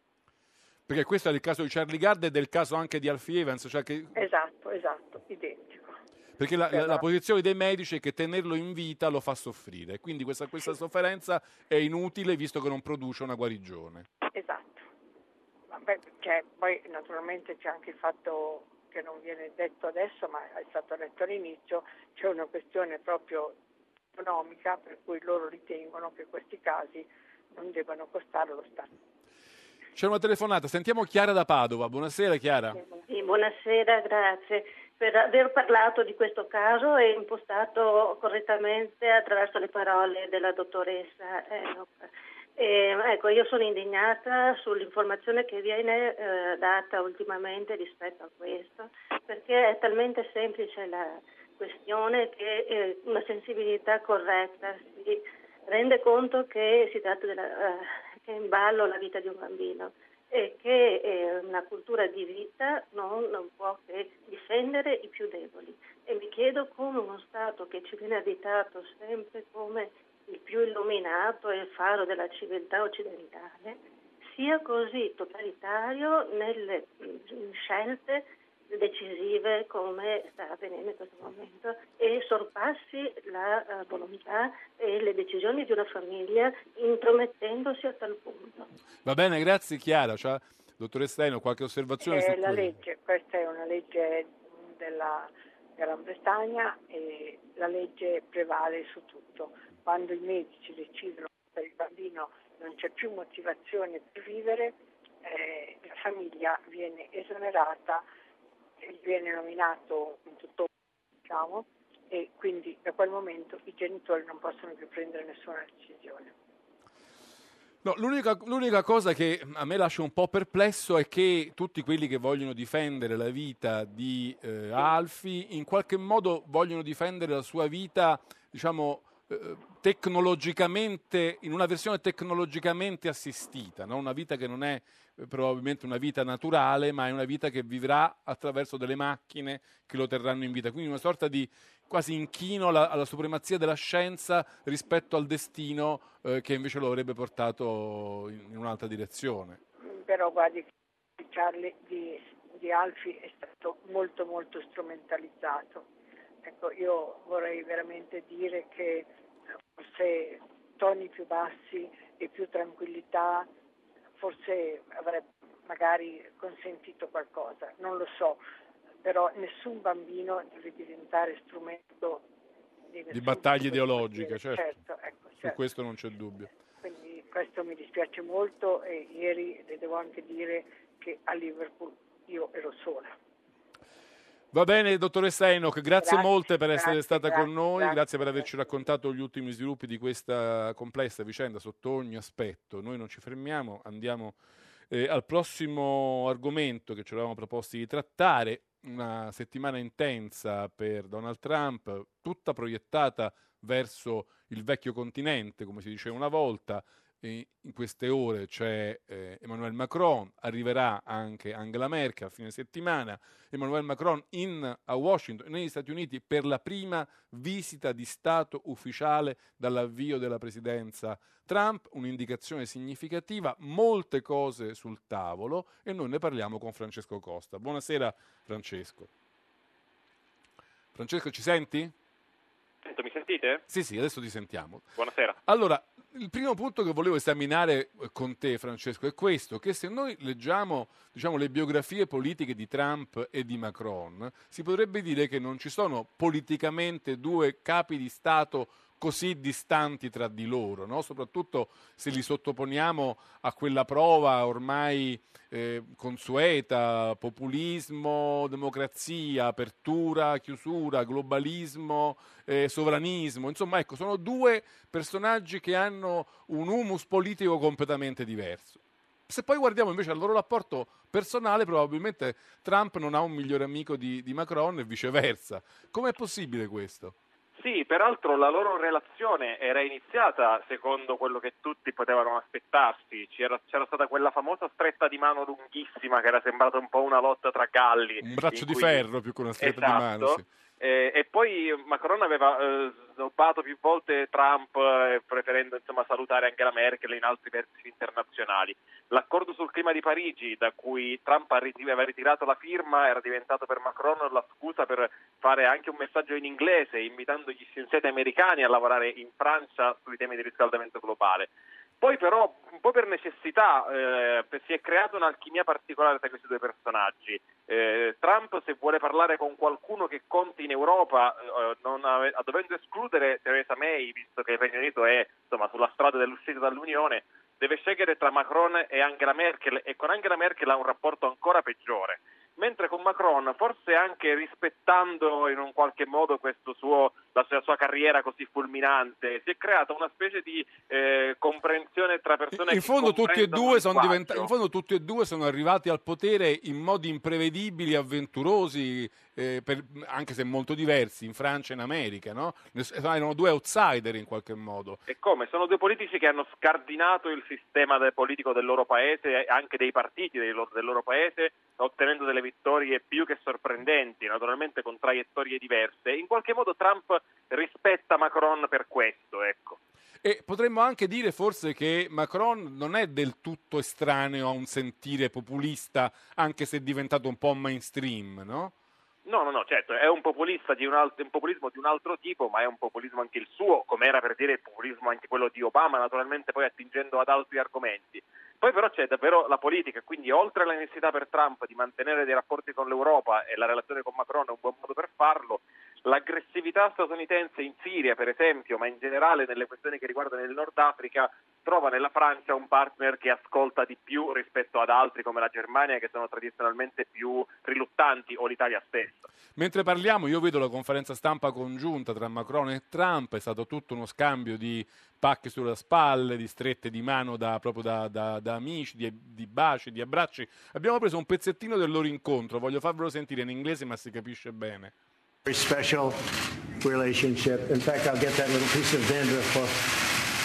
Perché questo è il caso di Charlie Gard e del caso anche di Alfie Evans. Cioè che... Esatto, esatto, identico. Perché la, Però... la, la posizione dei medici è che tenerlo in vita lo fa soffrire, quindi questa, questa sì. sofferenza è inutile visto che non produce una guarigione. Esatto. Vabbè, cioè, poi naturalmente c'è anche il fatto che non viene detto adesso, ma è stato detto all'inizio, c'è una questione proprio economica per cui loro ritengono che questi casi non debbano costare lo Stato. C'è una telefonata, sentiamo Chiara da Padova. Buonasera Chiara. Sì, buonasera, grazie per aver parlato di questo caso e impostato correttamente attraverso le parole della dottoressa Eno. E, ecco, io sono indignata sull'informazione che viene eh, data ultimamente rispetto a questo, perché è talmente semplice la questione che eh, una sensibilità corretta si rende conto che si tratta della, eh, che è in ballo la vita di un bambino e che eh, una cultura di vita non, non può che difendere i più deboli. E mi chiedo come uno Stato che ci viene additato sempre come il più illuminato e il faro della civiltà occidentale sia così totalitario nelle mh, scelte decisive come sta avvenendo in questo momento e sorpassi la uh, volontà e le decisioni di una famiglia intromettendosi a tal punto. Va bene, grazie Chiara. Cioè, dottoressa Eno, qualche osservazione? È su la quello? legge, questa è una legge della Gran Bretagna e la legge prevale su tutto. Quando i medici decidono che per il bambino non c'è più motivazione per vivere, eh, la famiglia viene esonerata, viene nominato un tutore, diciamo, e quindi da quel momento i genitori non possono più prendere nessuna decisione. No, l'unica, l'unica cosa che a me lascia un po' perplesso è che tutti quelli che vogliono difendere la vita di eh, Alfie in qualche modo vogliono difendere la sua vita, diciamo, eh, tecnologicamente, in una versione tecnologicamente assistita, no? Una vita che non è eh, probabilmente una vita naturale, ma è una vita che vivrà attraverso delle macchine che lo terranno in vita. Quindi una sorta di quasi inchino alla, alla supremazia della scienza rispetto al destino eh, che invece lo avrebbe portato in, in un'altra direzione. Però guardi, Charlie di, di Alfie è stato molto molto strumentalizzato. Ecco, io vorrei veramente dire che forse toni più bassi e più tranquillità forse avrebbe magari consentito qualcosa, non lo so. Però nessun bambino deve diventare strumento di, di battaglie ideologiche, certo. certo. Ecco, su questo non c'è dubbio. Quindi questo mi dispiace molto e ieri le devo anche dire che a Liverpool io ero sola. Va bene, dottoressa Enoch, grazie, grazie molte per essere grazie, stata grazie, con noi, grazie, grazie per averci raccontato gli ultimi sviluppi di questa complessa vicenda sotto ogni aspetto. Noi non ci fermiamo, andiamo eh, al prossimo argomento che ci eravamo proposti di trattare, una settimana intensa per Donald Trump, tutta proiettata verso il vecchio continente, come si diceva una volta. E in queste ore c'è eh, Emmanuel Macron, arriverà anche Angela Merkel a fine settimana. Emmanuel Macron in, a Washington, negli Stati Uniti, per la prima visita di Stato ufficiale dall'avvio della presidenza Trump, un'indicazione significativa, molte cose sul tavolo e noi ne parliamo con Francesco Costa. Buonasera Francesco. Francesco, ci senti? Mi sentite? Sì, sì, adesso ti sentiamo. Buonasera. Allora, il primo punto che volevo esaminare con te, Francesco, è questo, che se noi leggiamo, diciamo, le biografie politiche di Trump e di Macron, si potrebbe dire che non ci sono politicamente due capi di Stato così distanti tra di loro, no? Soprattutto se li sottoponiamo a quella prova ormai eh, consueta, populismo, democrazia, apertura, chiusura, globalismo, eh, sovranismo, insomma, ecco, sono due personaggi che hanno un humus politico completamente diverso. Se poi guardiamo invece al loro rapporto personale, probabilmente Trump non ha un migliore amico di, di Macron e viceversa. Com'è possibile questo? Sì, peraltro la loro relazione era iniziata secondo quello che tutti potevano aspettarsi. C'era, c'era stata quella famosa stretta di mano lunghissima che era sembrata un po' una lotta tra galli. Un braccio di cui... ferro più che una stretta esatto. di mano. Sì. Eh, e poi Macron aveva eh, snobbato più volte Trump, eh, preferendo insomma salutare Angela Merkel in altri vertici internazionali. L'accordo sul clima di Parigi, da cui Trump aveva ritirato la firma, era diventato per Macron la scusa per fare anche un messaggio in inglese, invitando gli scienziati americani a lavorare in Francia sui temi di riscaldamento globale. Poi però, un po' per necessità, eh, si è creata un'alchimia particolare tra questi due personaggi. Eh, Trump, se vuole parlare con qualcuno che conti in Europa, eh, non ave- dovendo escludere Theresa May, visto che il Regno Unito è insomma sulla strada dell'uscita dall'Unione, deve scegliere tra Macron e Angela Merkel, e con Angela Merkel ha un rapporto ancora peggiore. Mentre con Macron, forse anche rispettando in un qualche modo questo suo, la sua, sua carriera così fulminante, si è creata una specie di eh, comprensione tra persone in che fondo tutti e due sono diventati, in fondo tutti e due sono arrivati al potere in modi imprevedibili, avventurosi, eh, per, anche se molto diversi, in Francia e in America, no? Erano due outsider in qualche modo. E come? Sono due politici che hanno scardinato il sistema del politico del loro paese, anche dei partiti del loro, del loro paese, ottenendo delle vittorie più che sorprendenti, naturalmente con traiettorie diverse. In qualche modo Trump rispetta Macron per questo, ecco. E potremmo anche dire forse che Macron non è del tutto estraneo a un sentire populista, anche se è diventato un po' mainstream, no? No, no, no, certo, è un populista di un, alt- un populismo di un altro tipo, ma è un populismo anche il suo, come era per dire il populismo anche quello di Obama, naturalmente poi attingendo ad altri argomenti. Poi però c'è davvero la politica, quindi oltre alla necessità per Trump di mantenere dei rapporti con l'Europa, e la relazione con Macron è un buon modo per farlo, l'aggressività statunitense in Siria, per esempio, ma in generale nelle questioni che riguardano il Nord Africa, trova nella Francia un partner che ascolta di più rispetto ad altri come la Germania, che sono tradizionalmente più riluttanti, o l'Italia stessa. Mentre parliamo io vedo la conferenza stampa congiunta tra Macron e Trump, è stato tutto uno scambio di pacche sulle spalle, di strette di mano da, proprio da, da, da amici, di, di baci, di abbracci. Abbiamo preso un pezzettino del loro incontro, voglio farvelo sentire in inglese ma si capisce bene. Very special relationship. In fact, I'll get that little piece of dandruff off.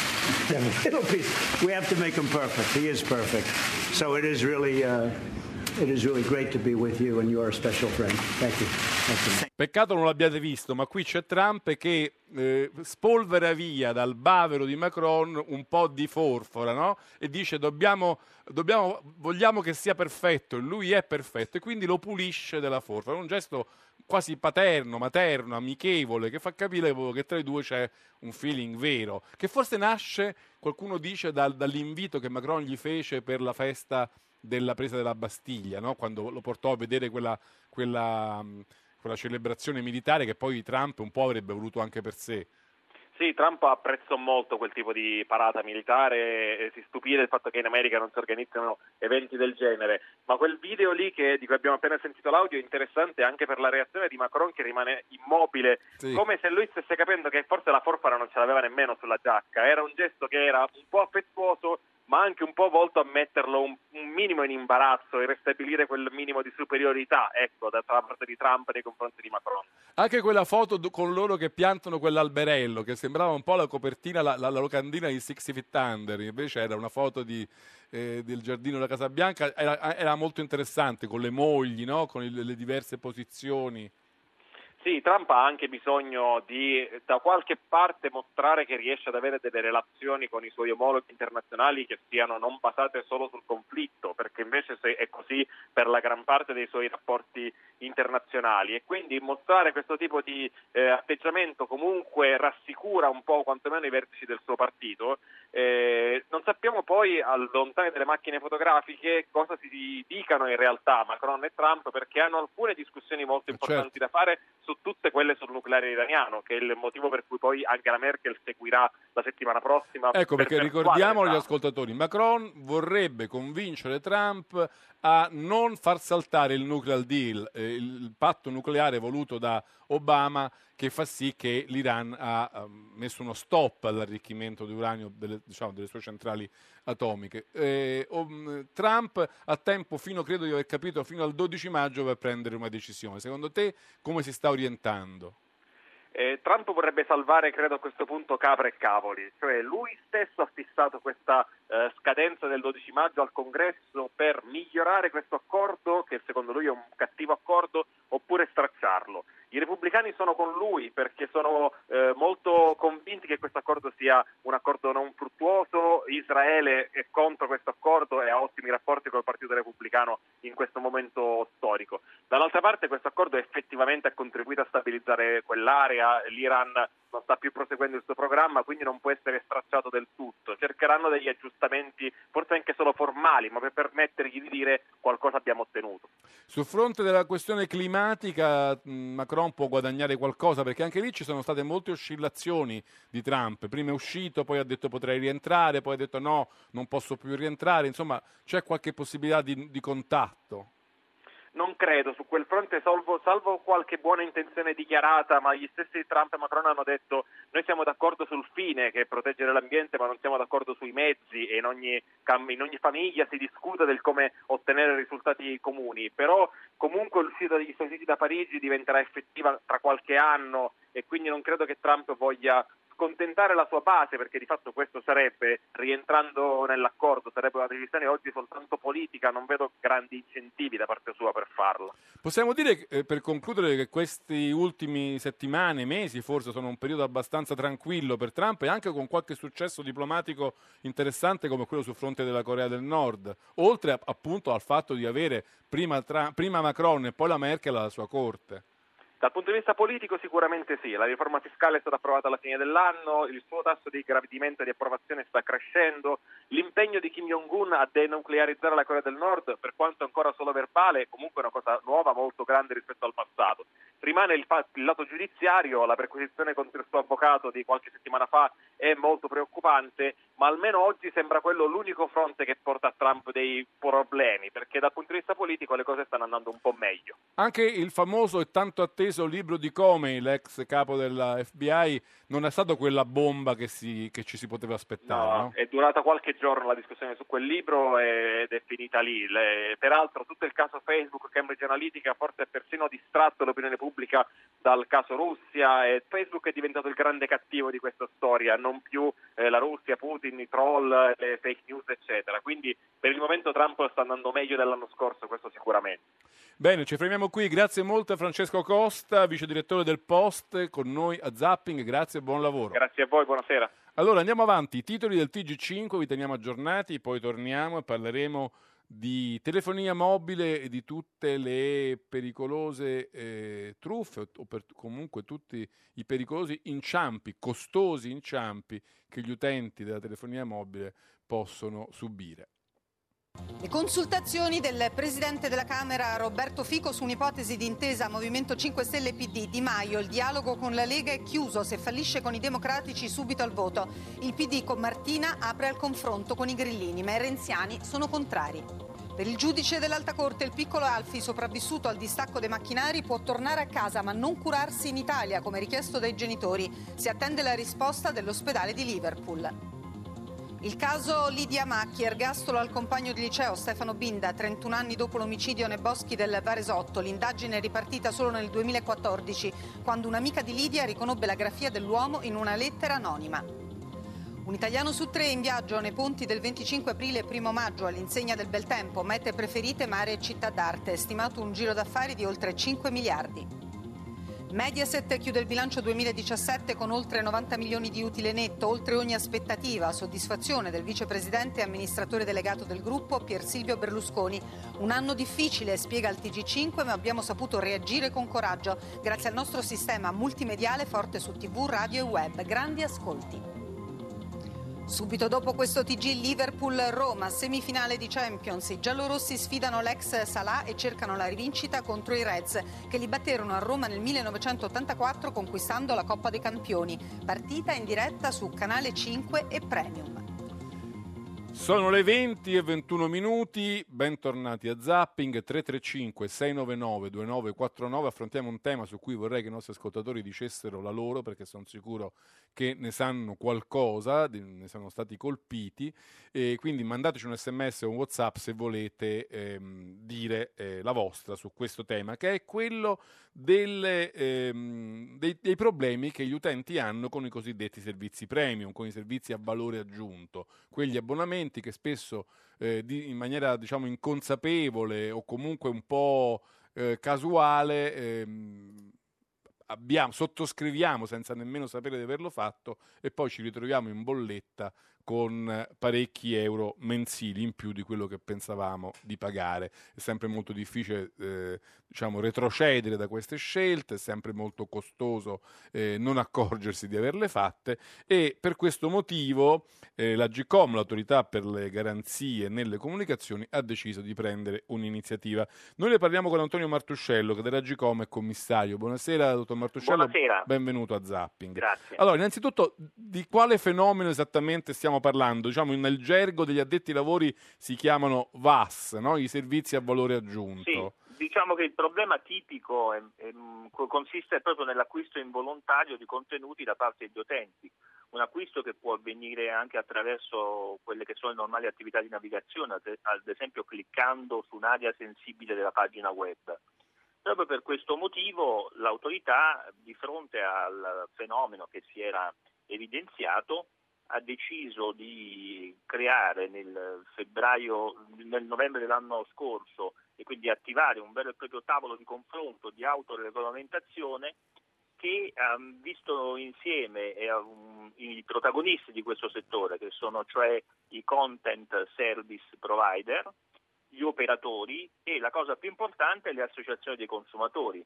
That little piece. We have to make him perfect. He is perfect. So it is really, uh, it is really great to be with you, and you are a special friend. Thank you. Thank you. Peccato non l'abbiate visto, ma qui c'è Trump che eh, spolvera via dal bavero di Macron un po' di forfora, no? E dice dobbiamo, dobbiamo, vogliamo che sia perfetto, e lui è perfetto, e quindi lo pulisce della forfora. Un gesto quasi paterno, materno, amichevole, che fa capire che tra i due c'è un feeling vero, che forse nasce, qualcuno dice, dal, dall'invito che Macron gli fece per la festa della presa della Bastiglia, no? Quando lo portò a vedere quella, quella, quella celebrazione militare che poi Trump un po' avrebbe voluto anche per sé. Sì, Trump apprezzò molto quel tipo di parata militare e si stupì del fatto che in America non si organizzano eventi del genere, ma quel video lì che, di cui abbiamo appena sentito l'audio è interessante anche per la reazione di Macron, che rimane immobile, sì, come se lui stesse capendo che forse la forfara non ce l'aveva nemmeno sulla giacca. Era un gesto che era un po' affettuoso, ma anche un po' volto a metterlo un, un minimo in imbarazzo e ristabilire quel minimo di superiorità, ecco, da parte di Trump nei confronti di Macron. Anche quella foto con loro che piantano quell'alberello, che sembrava un po' la copertina, la, la, la locandina di Six Feet Under, invece era una foto di, eh, del giardino della Casa Bianca, era, era molto interessante, con le mogli, no? Con il, le diverse posizioni. Sì, Trump ha anche bisogno di, da qualche parte, mostrare che riesce ad avere delle relazioni con i suoi omologhi internazionali che siano non basate solo sul conflitto, perché invece è così per la gran parte dei suoi rapporti internazionali, e quindi mostrare questo tipo di eh, atteggiamento comunque rassicura un po' quantomeno i vertici del suo partito. Eh, non sappiamo poi, al lontano delle macchine fotografiche, cosa si dicano in realtà Macron e Trump, perché hanno alcune discussioni molto importanti, certo, da fare su tutte quelle sul nucleare iraniano, che è il motivo per cui poi Angela Merkel seguirà la settimana prossima. Ecco, per perché ricordiamo agli ascoltatori, Macron vorrebbe convincere Trump a non far saltare il nuclear deal, eh, il patto nucleare voluto da Obama, che fa sì che l'Iran ha um, messo uno stop all'arricchimento di uranio delle, diciamo, delle sue centrali atomiche. Eh, um, Trump ha tempo, fino, credo di aver capito, fino al dodici maggio per prendere una decisione. Secondo te come si sta orientando? Eh, Trump vorrebbe salvare, credo, a questo punto capre e cavoli, cioè lui stesso ha fissato questa eh, scadenza del dodici maggio al Congresso per migliorare questo accordo, che secondo lui è un cattivo accordo, oppure stracciarlo. I repubblicani sono con lui perché sono eh, molto convinti che questo accordo sia un accordo non fruttuoso. Israele è contro questo accordo e ha ottimi rapporti con il Partito Repubblicano in questo momento storico. Dall'altra parte questo accordo effettivamente ha contribuito a stabilizzare quell'area, l'Iran non sta più proseguendo il suo programma, quindi non può essere stracciato del tutto. Cercheranno degli aggiustamenti, forse anche solo formali, ma per permettergli di dire qualcosa abbiamo ottenuto. Sul fronte della questione climatica Macron può guadagnare qualcosa, perché anche lì ci sono state molte oscillazioni di Trump. Prima è uscito, poi ha detto potrei rientrare, poi ha detto no, non posso più rientrare. Insomma, c'è qualche possibilità di, di contatto? Non credo, su quel fronte, salvo, salvo qualche buona intenzione dichiarata, ma gli stessi Trump e Macron hanno detto noi siamo d'accordo sul fine, che è proteggere l'ambiente, ma non siamo d'accordo sui mezzi, e in ogni, in ogni famiglia si discute del come ottenere risultati comuni, però comunque l'uscita degli Stati Uniti da Parigi diventerà effettiva tra qualche anno, e quindi non credo che Trump voglia scontentare la sua base, perché di fatto questo sarebbe, rientrando nell'accordo, sarebbe una decisione oggi soltanto politica. Non vedo grandi incentivi da parte sua per farlo. Possiamo dire, eh, per concludere, che questi ultimi settimane, mesi forse, sono un periodo abbastanza tranquillo per Trump, e anche con qualche successo diplomatico interessante come quello sul fronte della Corea del Nord, oltre a, appunto al fatto di avere prima, tra, prima Macron e poi la Merkel alla sua corte. Dal punto di vista politico sicuramente sì, la riforma fiscale è stata approvata alla fine dell'anno, il suo tasso di gradimento e di approvazione sta crescendo, l'impegno di Kim Jong-un a denuclearizzare la Corea del Nord, per quanto ancora solo verbale, comunque è una cosa nuova, molto grande rispetto al passato. Rimane il, il lato giudiziario, la perquisizione contro il suo avvocato di qualche settimana fa è molto preoccupante, ma almeno oggi sembra quello l'unico fronte che porta a Trump dei problemi, perché dal punto di vista politico le cose stanno andando un po' meglio. Anche il famoso e tanto atteso libro di Comey, l'ex capo della F B I, non è stato quella bomba che, si, che ci si poteva aspettare, no, no? È durata qualche giorno la discussione su quel libro ed è finita lì. Le, peraltro tutto il caso Facebook, Cambridge Analytica, forse ha persino distratto l'opinione pubblica dal caso Russia, e Facebook è diventato il grande cattivo di questa storia, non più eh, la Russia, Putin, i troll, le fake news, eccetera. Quindi per il momento Trump sta andando meglio dell'anno scorso, questo sicuramente. Bene, ci fermiamo qui. Grazie molto a Francesco Costa, vice direttore del Post, con noi a Zapping. Grazie e buon lavoro. Grazie a voi, buonasera. Allora andiamo avanti, i titoli del T G cinque, vi teniamo aggiornati, poi torniamo e parleremo di telefonia mobile e di tutte le pericolose eh, truffe, o per, comunque tutti i pericolosi inciampi, costosi inciampi che gli utenti della telefonia mobile possono subire. Le consultazioni del Presidente della Camera Roberto Fico su un'ipotesi di intesa Movimento cinque Stelle e P D. Di Maio, il dialogo con la Lega è chiuso, se fallisce con i democratici subito al voto. Il P D con Martina apre al confronto con i grillini, ma i renziani sono contrari. Per il giudice dell'Alta Corte, il piccolo Alfi, sopravvissuto al distacco dei macchinari, può tornare a casa ma non curarsi in Italia, come richiesto dai genitori. Si attende la risposta dell'ospedale di Liverpool. Il caso Lidia Macchi, ergastolo al compagno di liceo Stefano Binda, trentuno anni dopo l'omicidio nei boschi del Varesotto. L'indagine è ripartita solo nel duemilaquattordici, quando un'amica di Lidia riconobbe la grafia dell'uomo in una lettera anonima. Un italiano su tre in viaggio nei ponti del venticinque aprile e primo maggio all'insegna del bel tempo, mete preferite mare e città d'arte, stimato un giro d'affari di oltre cinque miliardi. Mediaset chiude il bilancio duemiladiciassette con oltre novanta milioni di utile netto, oltre ogni aspettativa, soddisfazione del vicepresidente e amministratore delegato del gruppo Pier Silvio Berlusconi. Un anno difficile, spiega il T G cinque, ma abbiamo saputo reagire con coraggio grazie al nostro sistema multimediale forte su tivù, radio e web. Grandi ascolti. Subito dopo questo T G Liverpool-Roma, semifinale di Champions. I giallorossi sfidano l'ex Salah e cercano la rivincita contro i Reds, che li batterono a Roma nel millenovecentottantaquattro conquistando la Coppa dei Campioni. Partita in diretta su Canale cinque e Premium. Sono le venti e ventuno minuti, bentornati a Zapping. Tre tre cinque sei nove nove due nove quattro nove. Affrontiamo un tema su cui vorrei che i nostri ascoltatori dicessero la loro, perché sono sicuro che ne sanno qualcosa, ne sono stati colpiti, e quindi mandateci un sms o un WhatsApp se volete ehm, dire eh, la vostra su questo tema, che è quello delle, ehm, dei, dei problemi che gli utenti hanno con i cosiddetti servizi premium, con i servizi a valore aggiunto, quegli abbonamenti che spesso eh, di, in maniera diciamo inconsapevole o comunque un po' eh, casuale ehm, abbiamo, sottoscriviamo senza nemmeno sapere di averlo fatto, e poi ci ritroviamo in bolletta con parecchi euro mensili in più di quello che pensavamo di pagare. È sempre molto difficile eh, diciamo retrocedere da queste scelte, è sempre molto costoso eh, non accorgersi di averle fatte, e per questo motivo eh, la Agcom, l'autorità per le garanzie nelle comunicazioni, ha deciso di prendere un'iniziativa. Noi ne parliamo con Antonio Martuscello, che della Agcom è commissario. Buonasera, dottor Martuscello. Buonasera. Benvenuto a Zapping. Grazie. Allora, innanzitutto, di quale fenomeno esattamente stiamo parlando? Diciamo, nel gergo degli addetti ai lavori si chiamano V A S, no? I servizi a valore aggiunto. Sì, diciamo che il problema tipico è, è, consiste proprio nell'acquisto involontario di contenuti da parte degli utenti. Un acquisto che può avvenire anche attraverso quelle che sono le normali attività di navigazione, ad esempio cliccando su un'area sensibile della pagina web. Proprio per questo motivo l'autorità, di fronte al fenomeno che si era evidenziato, ha deciso di creare nel febbraio, nel novembre dell'anno scorso, e quindi attivare un vero e proprio tavolo di confronto, di autoregolamentazione, che ha visto insieme eh, um, i protagonisti di questo settore, che sono cioè i content service provider, gli operatori e, la cosa più importante, le associazioni dei consumatori.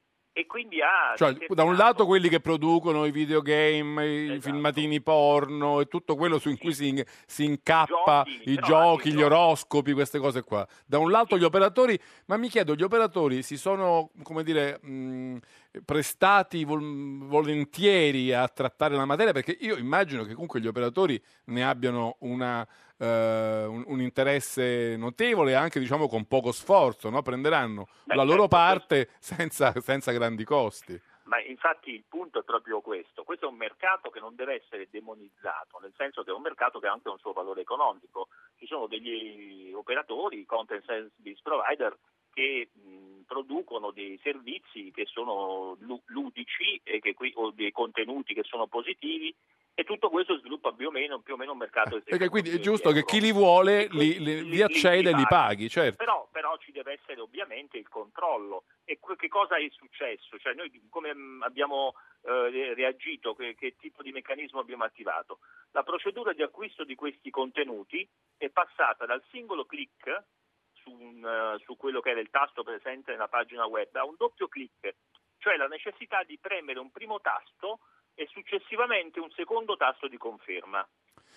E quindi ha cioè, da un lato quelli che producono i videogame, i esatto. filmatini porno e tutto quello su in cui si, si incappa, giochi, i giochi, gli oroscopi, queste cose qua. Da un lato gli operatori, ma mi chiedo, gli operatori si sono, come dire, mh, prestati vol- volentieri a trattare la materia? Perché io immagino che comunque gli operatori ne abbiano una... Uh, un, un interesse notevole, anche diciamo con poco sforzo, no? Prenderanno Beh, la loro certo, parte senza, senza grandi costi. Ma infatti il punto è proprio questo. Questo è un mercato che non deve essere demonizzato, nel senso che è un mercato che ha anche un suo valore economico. Ci sono degli operatori, content service provider, che mh, producono dei servizi che sono ludici e che qui, o dei contenuti che sono positivi, e tutto questo sviluppa più o meno, più o meno un mercato eh, perché quindi è giusto che chi li vuole li, li, li accede e li paghi, certo. Però, però ci deve essere ovviamente il controllo. E che cosa è successo? Cioè noi come abbiamo eh, reagito, che, che tipo di meccanismo abbiamo attivato? La procedura di acquisto di questi contenuti è passata dal singolo click su, un, uh, su quello che era il tasto presente nella pagina web a un doppio click, cioè la necessità di premere un primo tasto e successivamente un secondo tasto di conferma.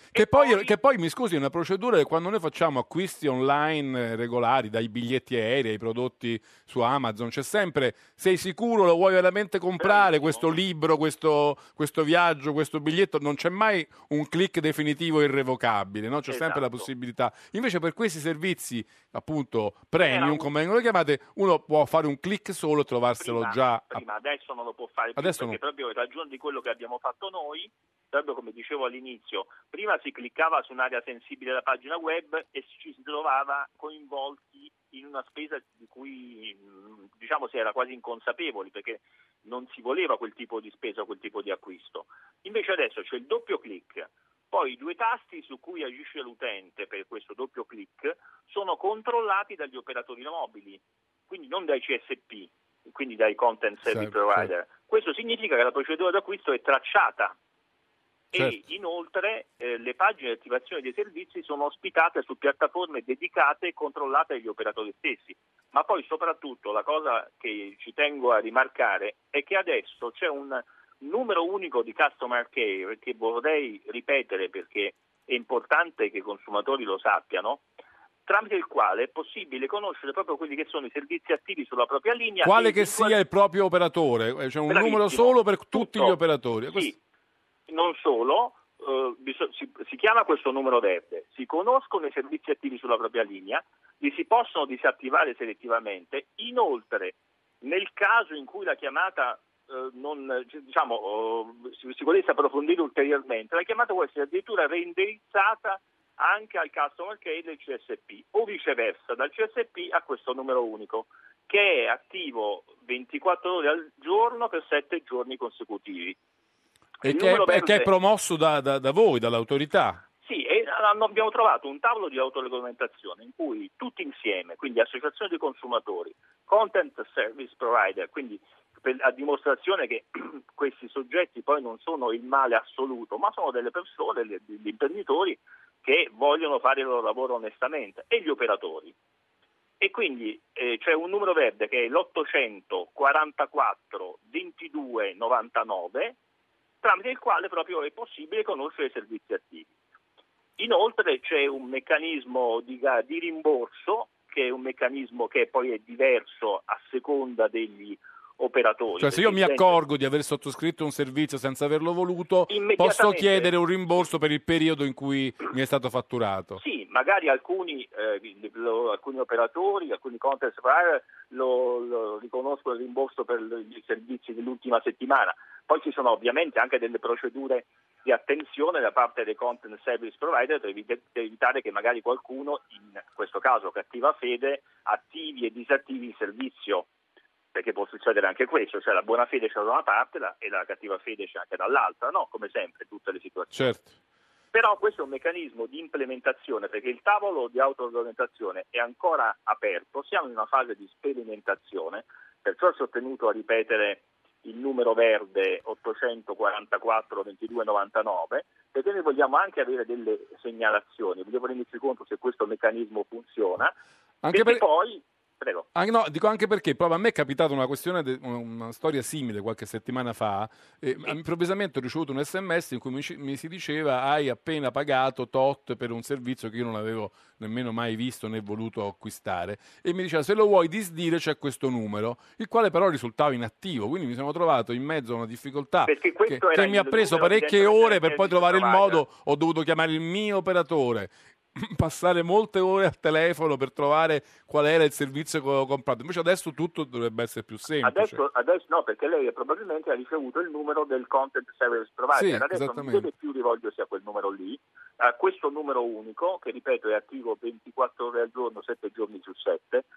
Che poi, poi, che poi, mi scusi, è una procedura che quando noi facciamo acquisti online regolari, dai biglietti aerei ai prodotti su Amazon, c'è sempre, sei sicuro, lo vuoi veramente comprare, questo libro, questo, questo viaggio, questo biglietto, non c'è mai un click definitivo irrevocabile, no? C'è esatto. sempre la possibilità. Invece per questi servizi, appunto, premium, un... come vengono chiamate, uno può fare un click solo e trovarselo prima, già. Prima, adesso non lo può fare più, adesso perché non... proprio in ragione di quello che abbiamo fatto noi, proprio come dicevo all'inizio, prima si cliccava su un'area sensibile della pagina web e ci si trovava coinvolti in una spesa di cui diciamo si era quasi inconsapevoli, perché non si voleva quel tipo di spesa, quel tipo di acquisto. Invece adesso c'è il doppio click, poi i due tasti su cui agisce l'utente per questo doppio click sono controllati dagli operatori mobili, quindi non dai C S P, quindi dai content service certo, provider. Certo. Questo significa che la procedura d'acquisto è tracciata. Certo. E inoltre eh, le pagine di attivazione dei servizi sono ospitate su piattaforme dedicate e controllate dagli operatori stessi. Ma poi soprattutto la cosa che ci tengo a rimarcare è che adesso c'è un numero unico di customer care che vorrei ripetere perché è importante che i consumatori lo sappiano, tramite il quale è possibile conoscere proprio quelli che sono i servizi attivi sulla propria linea. Quale che sia quali... il proprio operatore, c'è cioè un Bravissimo. numero solo per tutti Tutto. gli operatori. Sì. Questo... Non solo, eh, si, si chiama questo numero verde, si conoscono i servizi attivi sulla propria linea, li si possono disattivare selettivamente. Inoltre, nel caso in cui la chiamata eh, non, diciamo, eh, si, si volesse approfondire ulteriormente, la chiamata può essere addirittura reindirizzata anche al customer care del C S P o viceversa, dal C S P a questo numero unico, che è attivo ventiquattro ore al giorno per sette giorni consecutivi. E che, è, verde... che è promosso da, da, da voi, dall'autorità? Sì, e abbiamo trovato un tavolo di autoregolamentazione in cui tutti insieme, quindi associazioni di consumatori, content service provider, quindi per, a dimostrazione che questi soggetti poi non sono il male assoluto, ma sono delle persone, degli imprenditori che vogliono fare il loro lavoro onestamente, e gli operatori. E quindi eh, c'è un numero verde che è l'ottocento quarantaquattro ventidue novantanove, tramite il quale proprio è possibile conoscere i servizi attivi. Inoltre c'è un meccanismo di, di rimborso, che è un meccanismo che poi è diverso a seconda degli operatori. Cioè se io mi accorgo di aver sottoscritto un servizio senza averlo voluto, posso chiedere un rimborso per il periodo in cui mi è stato fatturato? Sì, magari alcuni, eh, lo, alcuni operatori, alcuni content provider lo, lo riconoscono il rimborso per i servizi dell'ultima settimana. Poi ci sono ovviamente anche delle procedure di attenzione da parte dei content service provider per evitare che magari qualcuno, in questo caso cattiva fede, attivi e disattivi il servizio, perché può succedere anche questo, cioè la buona fede c'è da una parte e la cattiva fede c'è anche dall'altra, no? Come sempre in tutte le situazioni. Certo. Però questo è un meccanismo di implementazione, perché il tavolo di autoregolamentazione è ancora aperto, siamo in una fase di sperimentazione, perciò ci ho tenuto a ripetere il numero verde ottocento quarantaquattro ventidue novantanove, perché noi vogliamo anche avere delle segnalazioni, vogliamo renderci conto se questo meccanismo funziona, anche perché per... poi... Prego. Ah, no, dico anche perché proprio a me è capitata una questione, de, una storia simile qualche settimana fa, e sì. improvvisamente ho ricevuto un sms in cui mi, mi si diceva hai appena pagato tot per un servizio che io non avevo nemmeno mai visto né voluto acquistare, e mi diceva se lo vuoi disdire c'è questo numero, il quale però risultava inattivo, quindi mi sono trovato in mezzo a una difficoltà che, che mi ha preso parecchie ore per poi trovare il modo, ho dovuto chiamare il mio operatore, passare molte ore al telefono per trovare qual era il servizio che avevo comprato. Invece adesso tutto dovrebbe essere più semplice. Adesso, adesso no, perché lei probabilmente ha ricevuto il numero del content service provider. Sì, adesso non deve più rivolgersi a quel numero lì, a questo numero unico, che ripeto è attivo ventiquattro ore al giorno, sette giorni su sette.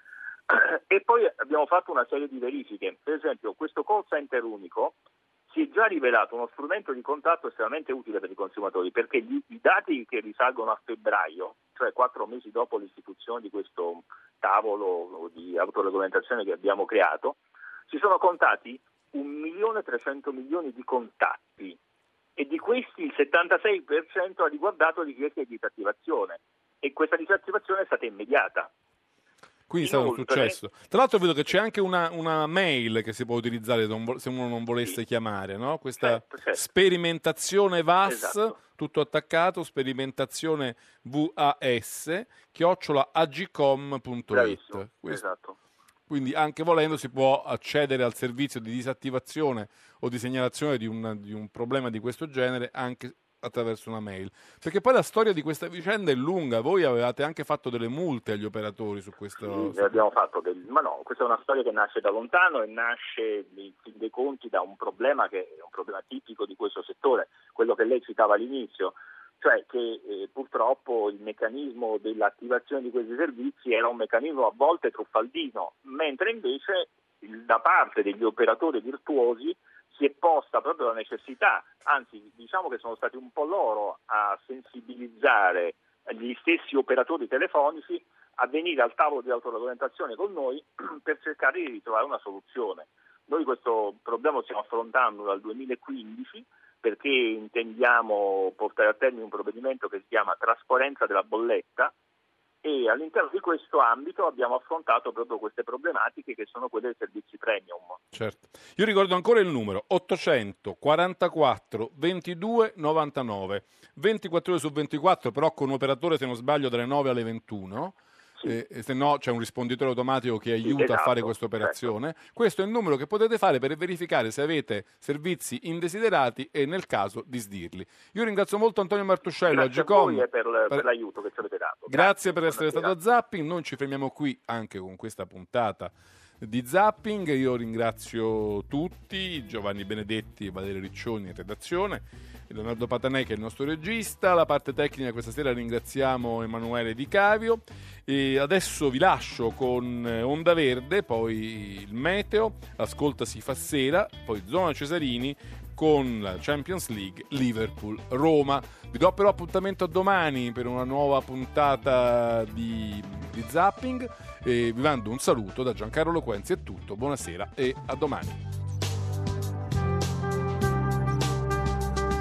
E poi abbiamo fatto una serie di verifiche. Per esempio, questo call center unico si è già rivelato uno strumento di contatto estremamente utile per i consumatori, perché gli, i dati che risalgono a febbraio, cioè quattro mesi dopo l'istituzione di questo tavolo di autoregolamentazione che abbiamo creato, si sono contati un milione trecento milioni di contatti, e di questi il settantasei per cento ha riguardato richieste di disattivazione, e questa disattivazione è stata immediata. Quindi è stato un successo. Tra l'altro vedo che c'è anche una, una mail che si può utilizzare se uno non volesse sì. chiamare, no? Questa certo, certo. sperimentazione V A S, esatto. tutto attaccato, sperimentazione V A S, chiocciola agcom punto it. Esatto. Quindi anche volendo si può accedere al servizio di disattivazione o di segnalazione di un, di un problema di questo genere anche attraverso una mail, perché poi la storia di questa vicenda è lunga. Voi avevate anche fatto delle multe agli operatori su questo. Sì, abbiamo fatto del... ma no, questa è una storia che nasce da lontano e nasce in fin dei conti da un problema che è un problema tipico di questo settore, quello che lei citava all'inizio, cioè che eh, purtroppo il meccanismo dell'attivazione di questi servizi era un meccanismo a volte truffaldino, mentre invece il, da parte degli operatori virtuosi si è posta proprio la necessità, anzi diciamo che sono stati un po' loro a sensibilizzare gli stessi operatori telefonici a venire al tavolo di autoregolamentazione con noi per cercare di trovare una soluzione. Noi questo problema lo stiamo affrontando dal duemilaquindici perché intendiamo portare a termine un provvedimento che si chiama trasparenza della bolletta, e all'interno di questo ambito abbiamo affrontato proprio queste problematiche che sono quelle dei servizi premium. Certo. Io ricordo ancora il numero ottocento quarantaquattro ventidue novantanove, ventiquattro ore su ventiquattro, però con un operatore, se non sbaglio, dalle nove alle ventuno. Sì. E se no c'è un risponditore automatico che aiuta sì, esatto, a fare questa operazione. Certo. Questo è il numero che potete fare per verificare se avete servizi indesiderati e nel caso disdirli. Io ringrazio molto Antonio Martuscello, grazie Agcom, a voi e per, per, per l'aiuto che ci avete dato. Grazie, grazie per essere stato a Zapping. Noi ci fermiamo qui anche con questa puntata di Zapping. Io ringrazio tutti, Giovanni Benedetti e Valerio Riccioni in redazione, Leonardo Patanè che è il nostro regista. La parte tecnica questa sera ringraziamo Emanuele Di Cavio, e adesso vi lascio con Onda Verde, poi il meteo, Ascolta si fa sera, poi Zona Cesarini con la Champions League Liverpool-Roma. Vi do però appuntamento a domani per una nuova puntata di, di Zapping, e vi mando un saluto da Giancarlo Loquenzi. È tutto, buonasera e a domani.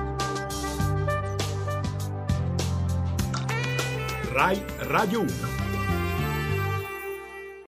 Rai Radio uno.